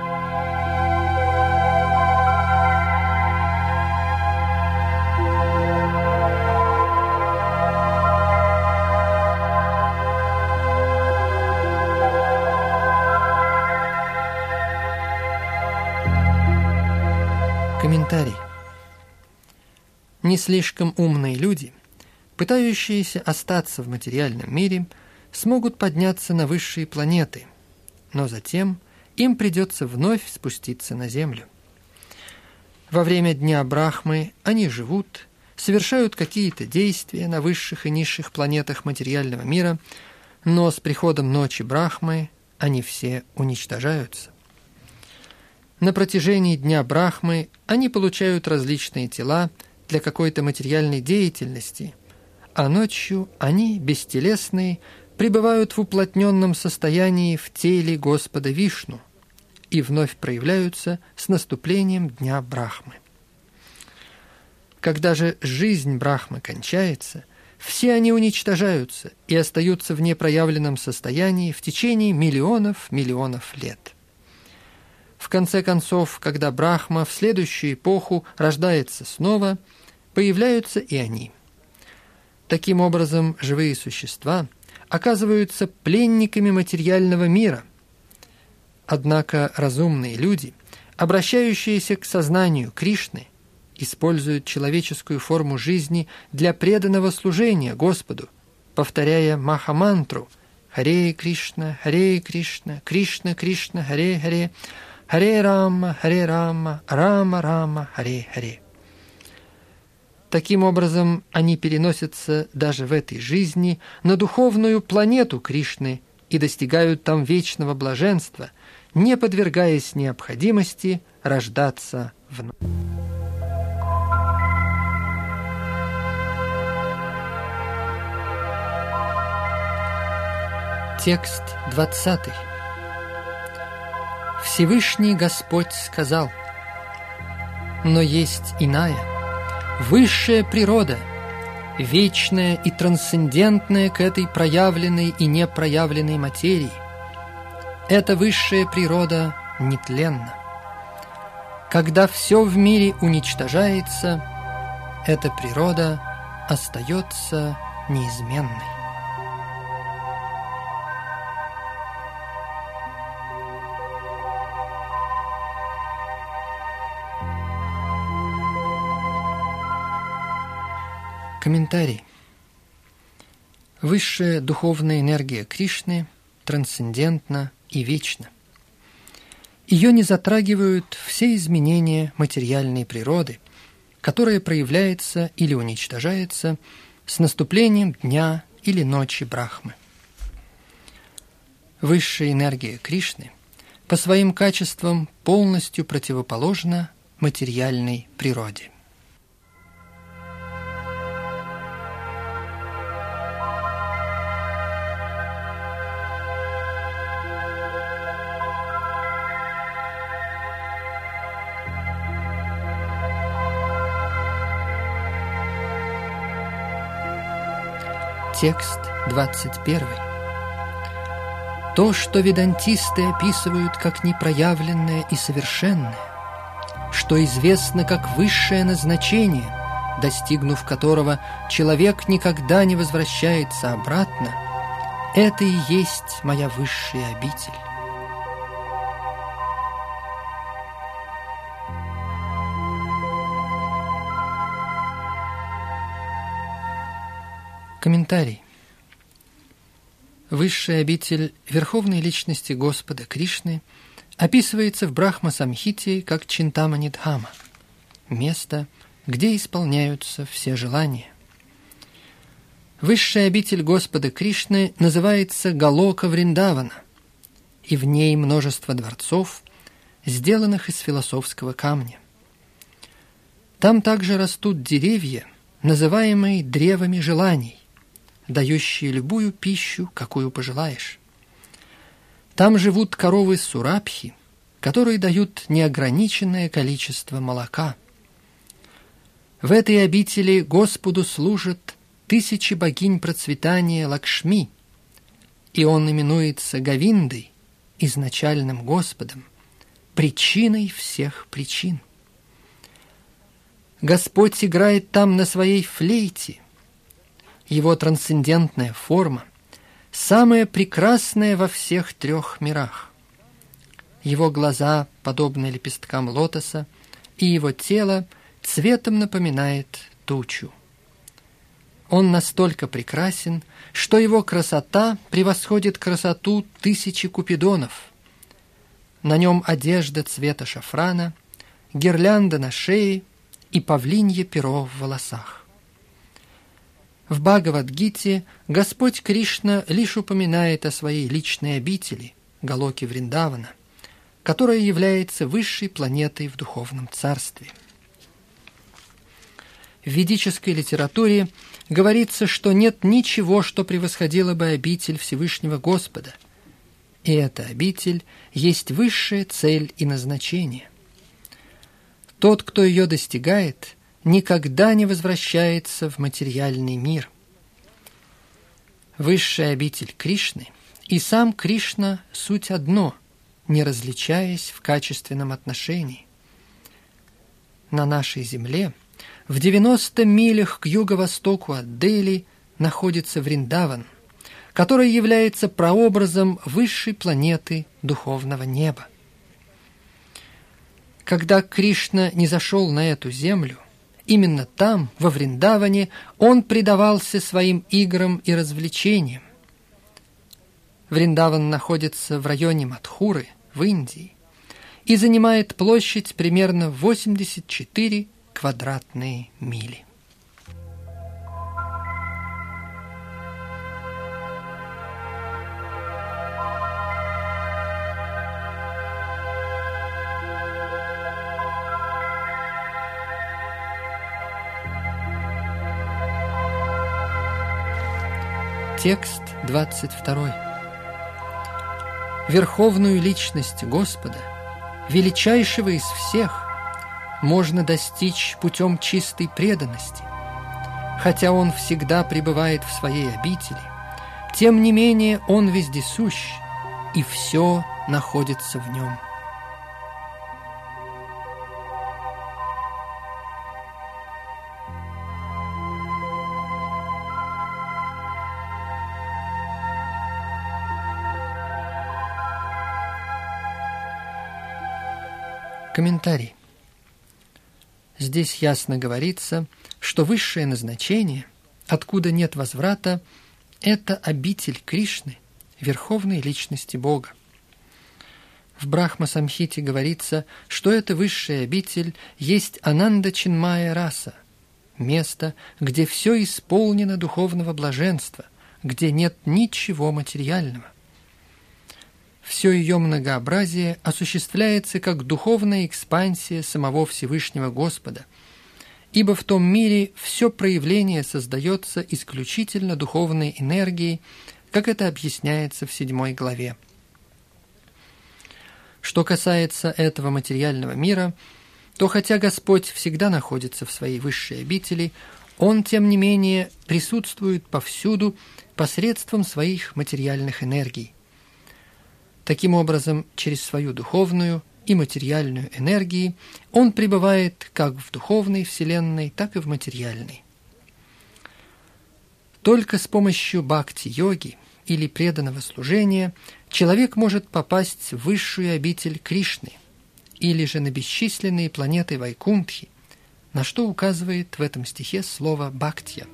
[SPEAKER 1] Комментарий. Не слишком умные люди, пытающиеся остаться в материальном мире, смогут подняться на высшие планеты, но затем им придется вновь спуститься на Землю. Во время Дня Брахмы они живут, совершают какие-то действия на высших и низших планетах материального мира, но с приходом ночи Брахмы они все уничтожаются. На протяжении Дня Брахмы они получают различные тела для какой-то материальной деятельности, а ночью они, бестелесные, пребывают в уплотненном состоянии в теле Господа Вишну и вновь проявляются с наступлением Дня Брахмы. Когда же жизнь Брахмы кончается, все они уничтожаются и остаются в непроявленном состоянии в течение миллионов миллионов лет. В конце концов, когда Брахма в следующую эпоху рождается снова, появляются и они. Таким образом, живые существа оказываются пленниками материального мира. Однако разумные люди, обращающиеся к сознанию Кришны, используют человеческую форму жизни для преданного служения Господу, повторяя Махамантру «Харе Кришна, Харе Кришна, Кришна Кришна, Харе Харе, Харе Рама, Харе Рама, Рама Рама, Харе Харе». Таким образом, они переносятся даже в этой жизни на духовную планету Кришны и достигают там вечного блаженства, не подвергаясь необходимости рождаться вновь. Текст двадцатый. Всевышний Господь сказал: «Но есть иная, высшая природа, вечная и трансцендентная к этой проявленной и непроявленной материи. Эта высшая природа нетленна. Когда все в мире уничтожается, эта природа остается неизменной». Комментарий. Высшая духовная энергия Кришны трансцендентна и вечна. Ее не затрагивают все изменения материальной природы, которая проявляется или уничтожается с наступлением дня или ночи Брахмы. Высшая энергия Кришны по своим качествам полностью противоположна материальной природе. Текст двадцать первый. То, что ведантисты описывают как непроявленное и совершенное, что известно как высшее назначение, достигнув которого человек никогда не возвращается обратно, это и есть моя высшая обитель. Комментарий. Высшая обитель Верховной Личности Господа Кришны описывается в Брахма-самхите как Чинтамани-дхама, место, где исполняются все желания. Высшая обитель Господа Кришны называется Галока Вриндавана, и в ней множество дворцов, сделанных из философского камня. Там также растут деревья, называемые древами желаний, дающие любую пищу, какую пожелаешь. Там живут коровы сурабхи, которые дают неограниченное количество молока. В этой обители Господу служат тысячи богинь процветания Лакшми, и он именуется Говиндой, изначальным Господом, причиной всех причин. Господь играет там на своей флейте. Его трансцендентная форма самая прекрасная во всех трех мирах. Его глаза подобны лепесткам лотоса, и его тело цветом напоминает тучу. Он настолько прекрасен, что его красота превосходит красоту тысячи купидонов. На нем одежда цвета шафрана, гирлянда на шее и павлинье перо в волосах. В Бхагавад-гите Господь Кришна лишь упоминает о своей личной обители, Галоке Вриндавана, которая является высшей планетой в духовном царстве. В ведической литературе говорится, что нет ничего, что превосходило бы обитель Всевышнего Господа, и эта обитель есть высшая цель и назначение. Тот, кто ее достигает, никогда не возвращается в материальный мир. Высшая обитель Кришны и сам Кришна – суть одно, не различаясь в качественном отношении. На нашей земле в девяноста милях к юго-востоку от Дели находится Вриндаван, который является прообразом высшей планеты духовного неба. Когда Кришна низошел на эту землю, именно там, во Вриндаване, он предавался своим играм и развлечениям. Вриндаван находится в районе Мадхуры, в Индии, и занимает площадь примерно восемьдесят четыре квадратные мили. Текст двадцать второй. Верховную личность Господа, величайшего из всех, можно достичь путем чистой преданности. Хотя Он всегда пребывает в своей обители, тем не менее Он вездесущ, и все находится в Нем. Комментарий. Здесь ясно говорится, что высшее назначение, откуда нет возврата, это обитель Кришны, Верховной Личности Бога. В Брахма-самхите говорится, что эта высшая обитель есть Ананда-чинмая раса, место, где все исполнено духовного блаженства, где нет ничего материального. все ее многообразие осуществляется как духовная экспансия самого Всевышнего Господа, ибо в том мире все проявление создается исключительно духовной энергией, как это объясняется в седьмой главе. Что касается этого материального мира, то хотя Господь всегда находится в своей высшей обители, Он, тем не менее, присутствует повсюду посредством своих материальных энергий. Таким образом, через свою духовную и материальную энергии Он пребывает как в духовной вселенной, так и в материальной. Только с помощью бхакти-йоги или преданного служения человек может попасть в высшую обитель Кришны или же на бесчисленные планеты Вайкунтхи, на что указывает в этом стихе слово «бхактия».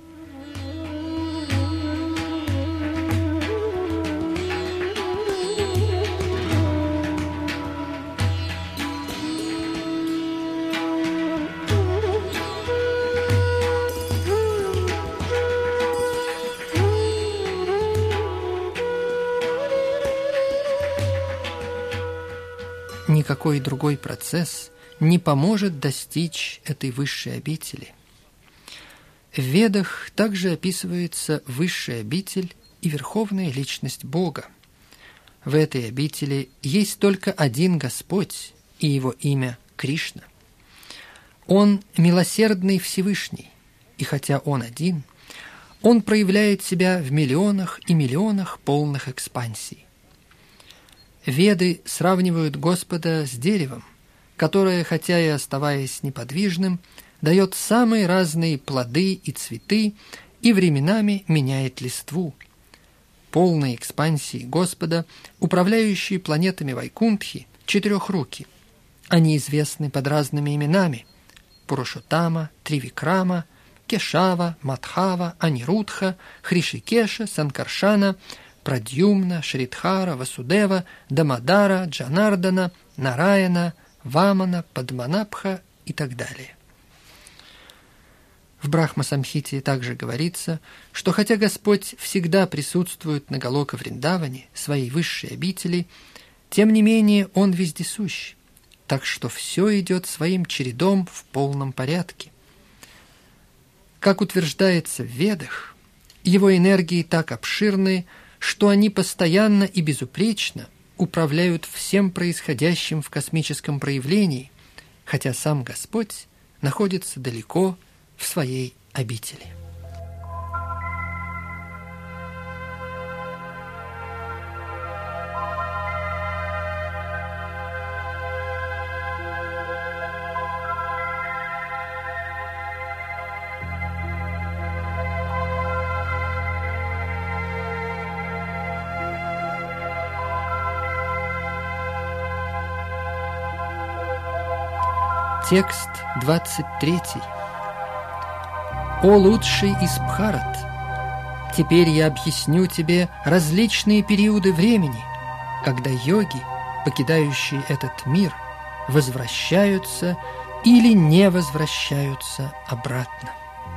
[SPEAKER 1] Никакой другой процесс не поможет достичь этой высшей обители. В Ведах также описывается высшая обитель и верховная личность Бога. В этой обители есть только один Господь, и Его имя Кришна. Он милосердный Всевышний, и хотя Он один, Он проявляет себя в миллионах и миллионах полных экспансий. Веды сравнивают Господа с деревом, которое, хотя и оставаясь неподвижным, дает самые разные плоды и цветы и временами меняет листву. Полной экспансии Господа, управляющие планетами Вайкунтхи, четырехруки. Они известны под разными именами – Пурушоттама, Тривикрама, Кешава, Мадхава, Анирудха, Хришикеша, Санкаршана, Прадьюмна, Шридхара, Васудева, Дамадара, Джанардана, Нараяна, Вамана, Падманабха и так далее. В Брахма-самхите также говорится, что хотя Господь всегда присутствует на Галока-Вриндаване, своей высшей обители, тем не менее Он вездесущ, так что все идет своим чередом в полном порядке. Как утверждается в Ведах, Его энергии так обширны, что они постоянно и безупречно управляют всем происходящим в космическом проявлении, хотя сам Господь находится далеко в своей обители. Текст двадцать третий. «О лучший из Бхарат! Теперь я объясню тебе различные периоды времени, когда йоги, покидающие этот мир, возвращаются или не возвращаются обратно».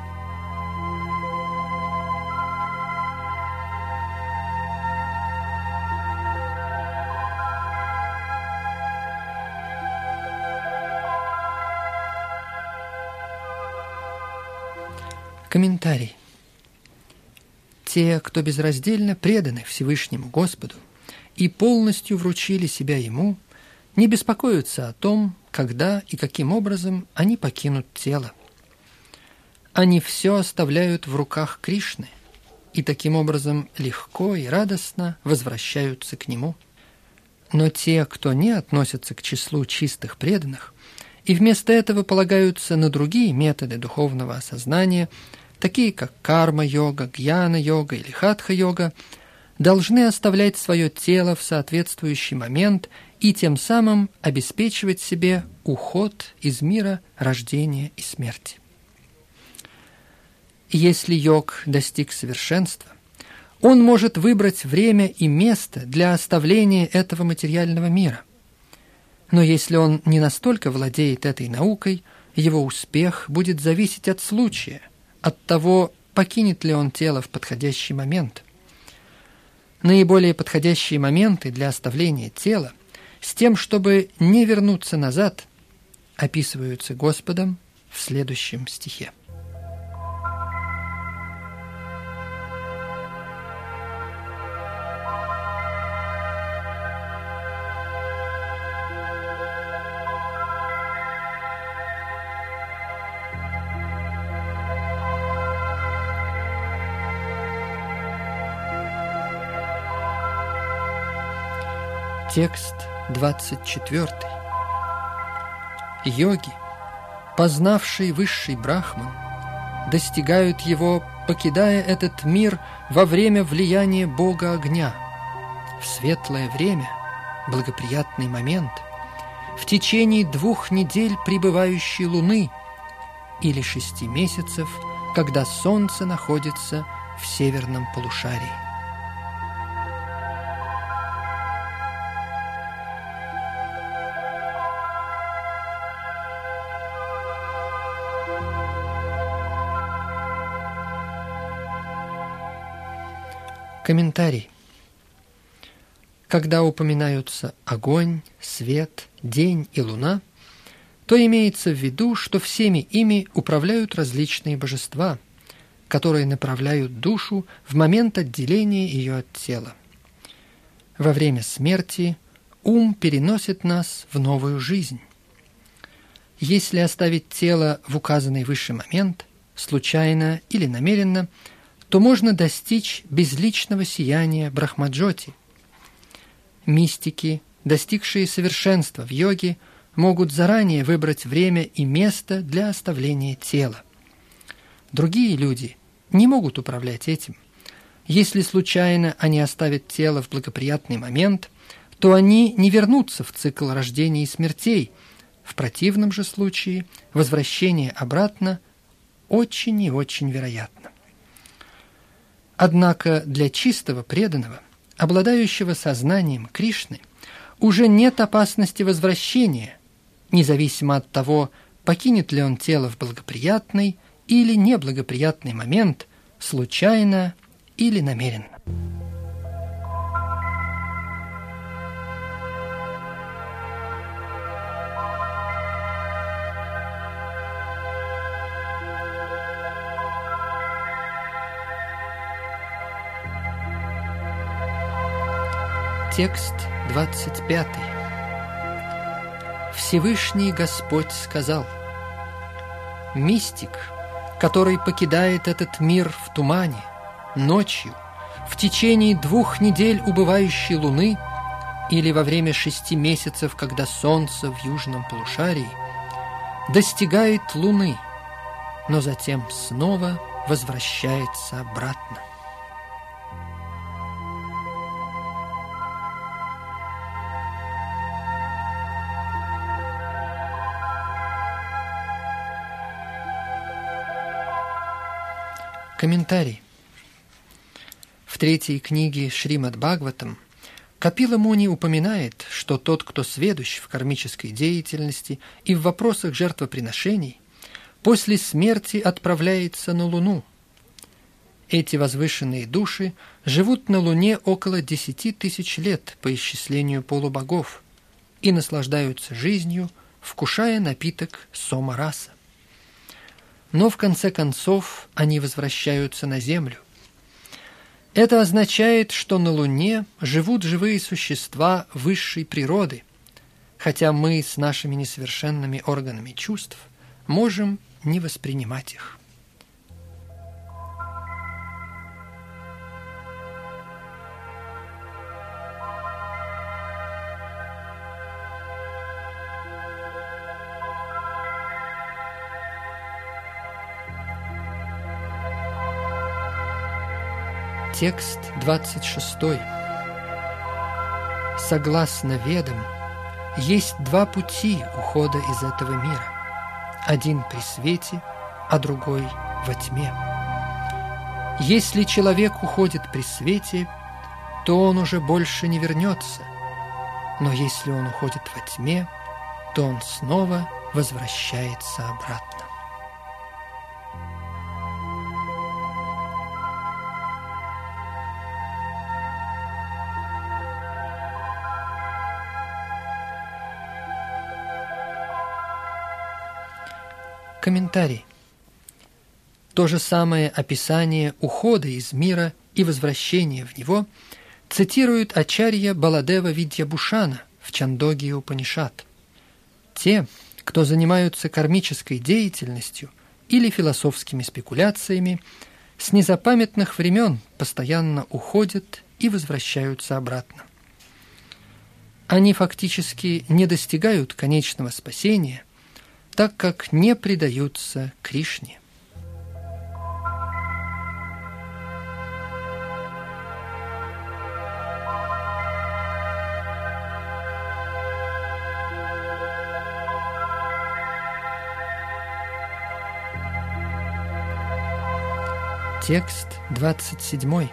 [SPEAKER 1] Комментарий. Те, кто безраздельно преданы Всевышнему Господу и полностью вручили себя Ему, не беспокоятся о том, когда и каким образом они покинут тело. Они все оставляют в руках Кришны и таким образом легко и радостно возвращаются к Нему. Но те, кто не относятся к числу чистых преданных и вместо этого полагаются на другие методы духовного осознания, такие как карма-йога, гьяна-йога или хатха-йога, должны оставлять свое тело в соответствующий момент и тем самым обеспечивать себе уход из мира рождения и смерти. Если йог достиг совершенства, он может выбрать время и место для оставления этого материального мира. Но если он не настолько владеет этой наукой, его успех будет зависеть от случая, от того, покинет ли он тело в подходящий момент. наиболее подходящие моменты для оставления тела, с тем, чтобы не вернуться назад, описываются Господом в следующем стихе. Текст двадцать четвёртый. Йоги, познавшие высший Брахман, достигают его, покидая этот мир во время влияния Бога огня, в светлое время, благоприятный момент, в течение двух недель пребывающей луны или шести месяцев, когда солнце находится в северном полушарии. Комментарий. Когда упоминаются огонь, свет, день и луна, то имеется в виду, что всеми ими управляют различные божества, которые направляют душу в момент отделения ее от тела. Во время смерти ум переносит нас в новую жизнь. Если оставить тело в указанный выше момент, случайно или намеренно, то можно достичь безличного сияния Брахмаджоти. Мистики, достигшие совершенства в йоге, могут заранее выбрать время и место для оставления тела. Другие люди не могут управлять этим. Если случайно они оставят тело в благоприятный момент, то они не вернутся в цикл рождений и смертей. В противном же случае возвращение обратно очень и очень вероятно. Однако для чистого преданного, обладающего сознанием Кришны, уже нет опасности возвращения, независимо от того, покинет ли он тело в благоприятный или неблагоприятный момент, случайно или намеренно. Текст двадцать пятый. Всевышний Господь сказал: «Мистик, который покидает этот мир в тумане, ночью, в течение двух недель убывающей луны или во время шести месяцев, когда солнце в южном полушарии, достигает луны, но затем снова возвращается обратно». Комментарий. В третьей книге Шримад Бхагаватам Капила Муни упоминает, что тот, кто сведущ в кармической деятельности и в вопросах жертвоприношений, после смерти отправляется на Луну. Эти возвышенные души живут на Луне около десяти тысяч лет по исчислению полубогов и наслаждаются жизнью, вкушая напиток Сома-раса. Но в конце концов они возвращаются на Землю. Это означает, что на Луне живут живые существа высшей природы, хотя мы с нашими несовершенными органами чувств можем не воспринимать их. Текст двадцать шестой. Согласно Ведам, есть два пути ухода из этого мира. Один при свете, а другой во тьме. Если человек уходит при свете, то он уже больше не вернется. Но если он уходит во тьме, то он снова возвращается обратно. Комментарий. То же самое описание ухода из мира и возвращения в него цитирует Ачарья Баладева Видьябушана в Чандогья Упанишад. Те, кто занимаются кармической деятельностью или философскими спекуляциями, с незапамятных времен постоянно уходят и возвращаются обратно. Они фактически не достигают конечного спасения, так как не предаются Кришне. Текст двадцать седьмой.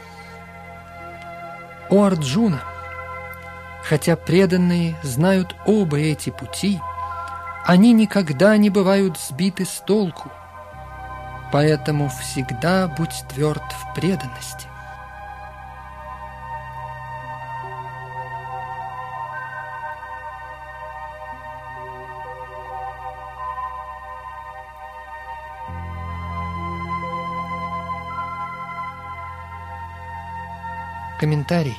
[SPEAKER 1] О Арджуна! Хотя преданные знают оба эти пути, они никогда не бывают сбиты с толку, поэтому всегда будь тверд в преданности. Комментарий.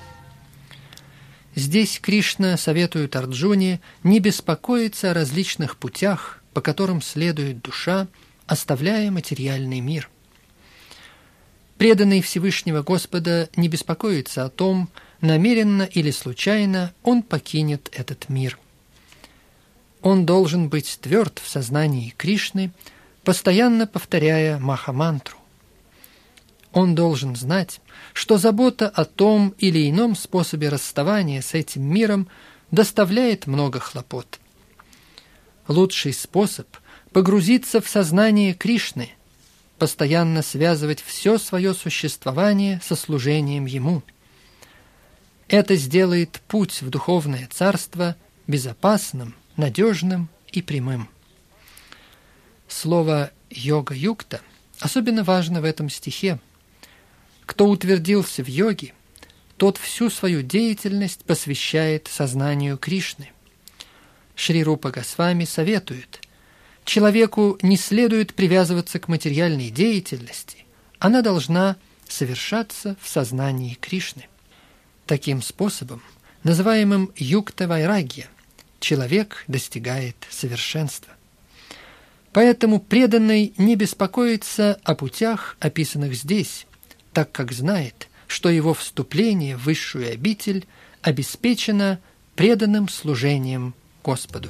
[SPEAKER 1] Здесь Кришна советует Арджуне не беспокоиться о различных путях, по которым следует душа, оставляя материальный мир. Преданный Всевышнего Господа не беспокоится о том, намеренно или случайно он покинет этот мир. Он должен быть тверд в сознании Кришны, постоянно повторяя Маха-мантру. Он должен знать, что забота о том или ином способе расставания с этим миром доставляет много хлопот. Лучший способ – погрузиться в сознание Кришны, постоянно связывать все свое существование со служением Ему. Это сделает путь в духовное царство безопасным, надежным и прямым. Слово «йога-юкта» особенно важно в этом стихе. Кто утвердился в йоге, тот всю свою деятельность посвящает сознанию Кришны. Шри Рупа Госвами советует: человеку не следует привязываться к материальной деятельности, она должна совершаться в сознании Кришны. Таким способом, называемым юкта-вайрагья, человек достигает совершенства. Поэтому преданный не беспокоится о путях, описанных здесь, так как знает, что его вступление в высшую обитель обеспечено преданным служением Господу.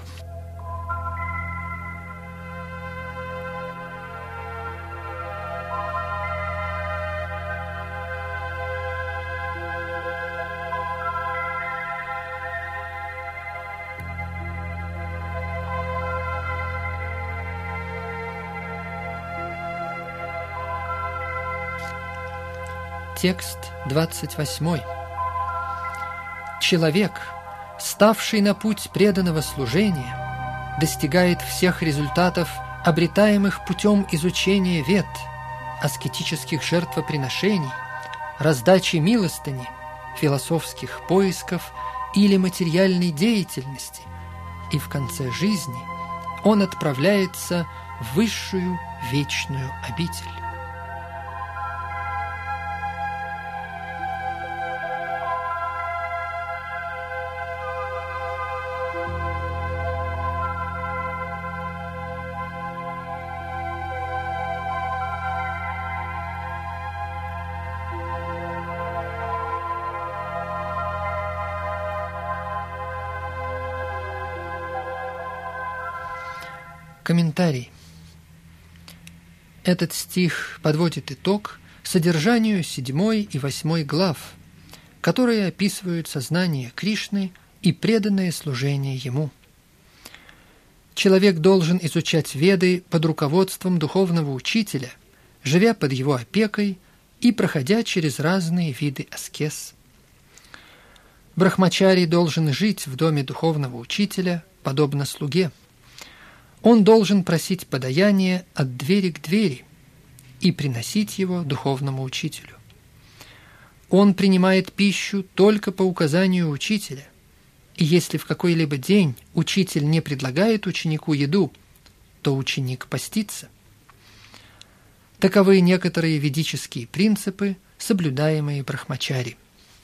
[SPEAKER 1] Текст двадцать восьмой. Человек, ставший на путь преданного служения, достигает всех результатов, обретаемых путем изучения вед, аскетических жертвоприношений, раздачи милостыни, философских поисков или материальной деятельности, и в конце жизни он отправляется в высшую вечную обитель. Комментарий. Этот стих подводит итог содержанию седьмой и восьмой глав, которые описывают сознание Кришны и преданное служение Ему. Человек должен изучать Веды под руководством духовного учителя, живя под его опекой и проходя через разные виды аскез. Брахмачари должен жить в доме духовного учителя, подобно слуге. Он должен просить подаяние от двери к двери и приносить его духовному учителю. Он принимает пищу только по указанию учителя, и если в какой-либо день учитель не предлагает ученику еду, то ученик постится. Таковы некоторые ведические принципы, соблюдаемые брахмачари.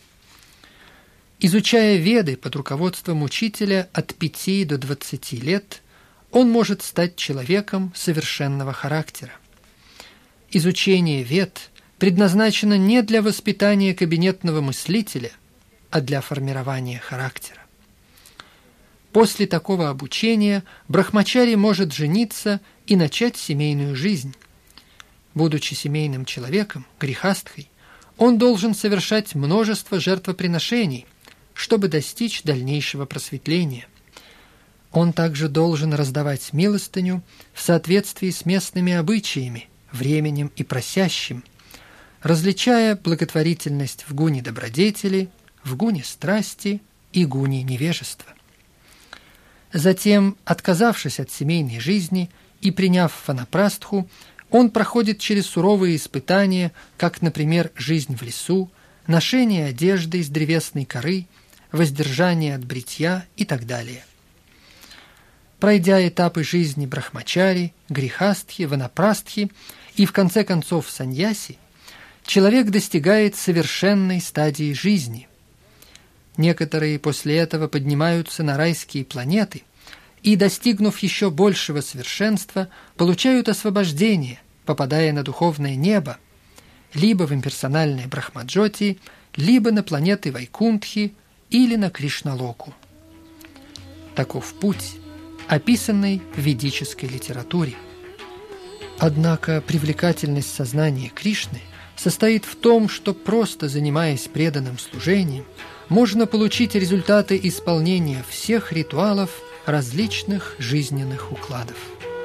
[SPEAKER 1] Изучая Веды под руководством учителя от пяти до двадцати лет, он может стать человеком совершенного характера. Изучение Вед предназначено не для воспитания кабинетного мыслителя, а для формирования характера. После такого обучения брахмачари может жениться и начать семейную жизнь. Будучи семейным человеком, грихастхой, он должен совершать множество жертвоприношений, чтобы достичь дальнейшего просветления. Он также должен раздавать милостыню в соответствии с местными обычаями, временем и просящим, различая благотворительность в гуне добродетели, в гуне страсти и гуне невежества. Затем, отказавшись от семейной жизни и приняв ванапрастху, он проходит через суровые испытания, как, например, жизнь в лесу, ношение одежды из древесной коры, воздержание от бритья и так далее. Пройдя этапы жизни брахмачари, грихастхи, ванапрастхи и, в конце концов, саньяси, человек достигает совершенной стадии жизни. Некоторые после этого поднимаются на райские планеты и, достигнув еще большего совершенства, получают освобождение, попадая на духовное небо, либо в имперсональное Брахмаджоти, либо на планеты Вайкунтхи или на Кришналоку. Таков путь, описанный в ведической литературе. Однако привлекательность сознания Кришны состоит в том, что просто занимаясь преданным служением, можно получить результаты исполнения всех ритуалов различных жизненных укладов.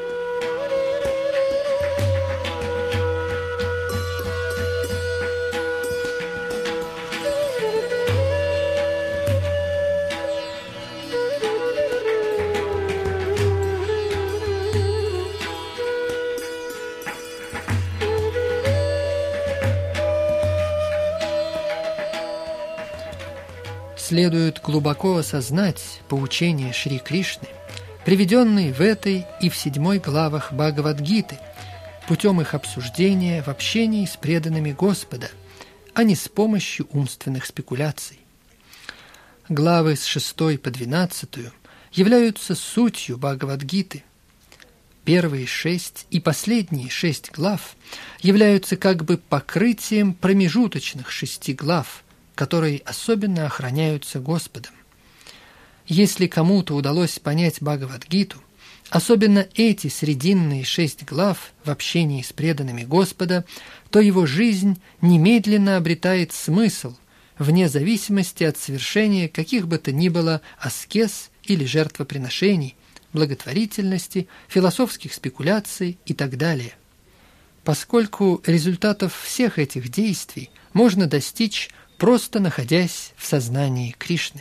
[SPEAKER 1] Следует глубоко осознать поучения Шри Кришны, приведенные в этой и в седьмой главах Бхагавад-гиты, путем их обсуждения в общении с преданными Господа, а не с помощью умственных спекуляций. Главы с шестой по двенадцатую являются сутью Бхагавад-гиты. Первые шесть и последние шесть глав являются как бы покрытием промежуточных шести глав, которые особенно охраняются Господом. Если кому-то удалось понять Бхагавад-гиту, особенно эти срединные шесть глав в общении с преданными Господа, то его жизнь немедленно обретает смысл, вне зависимости от совершения каких бы то ни было аскез или жертвоприношений, благотворительности, философских спекуляций и так далее. Поскольку результатов всех этих действий можно достичь, просто находясь в сознании Кришны.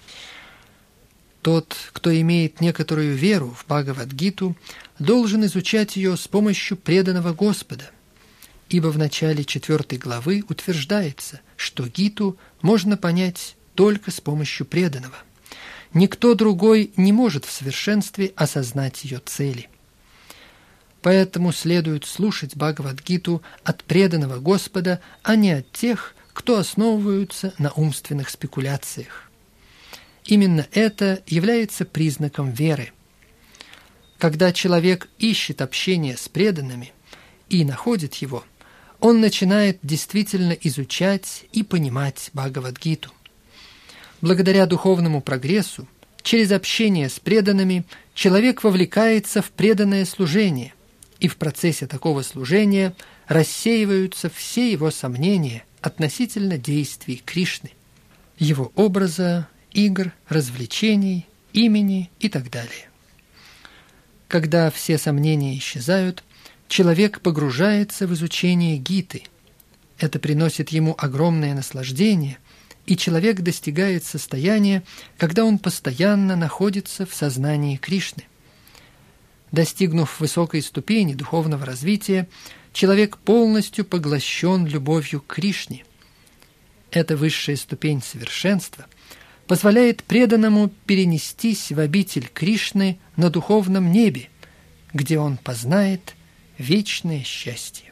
[SPEAKER 1] Тот, кто имеет некоторую веру в Бхагавад-гиту, должен изучать ее с помощью преданного Господа, ибо в начале четвертой главы утверждается, что гиту можно понять только с помощью преданного. Никто другой не может в совершенстве осознать ее цели. Поэтому следует слушать Бхагавад-гиту от преданного Господа, а не от тех, кто основываются на умственных спекуляциях. Именно это является признаком веры. Когда человек ищет общение с преданными и находит его, он начинает действительно изучать и понимать Бхагавад-гиту. Благодаря духовному прогрессу, через общение с преданными, человек вовлекается в преданное служение, и в процессе такого служения рассеиваются все его сомнения относительно действий Кришны, его образа, игр, развлечений, имени и так далее. Когда все сомнения исчезают, человек погружается в изучение гиты. Это приносит ему огромное наслаждение, и человек достигает состояния, когда он постоянно находится в сознании Кришны. Достигнув высокой ступени духовного развития, человек полностью поглощен любовью к Кришне. Эта высшая ступень совершенства позволяет преданному перенестись в обитель Кришны на духовном небе, где он познает вечное счастье.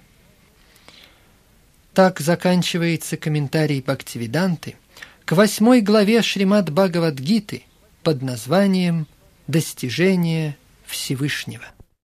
[SPEAKER 1] Так заканчивается комментарий Бхактивиданты к восьмой главе Шримад Бхагавад-гиты под названием «Достижение Всевышнего».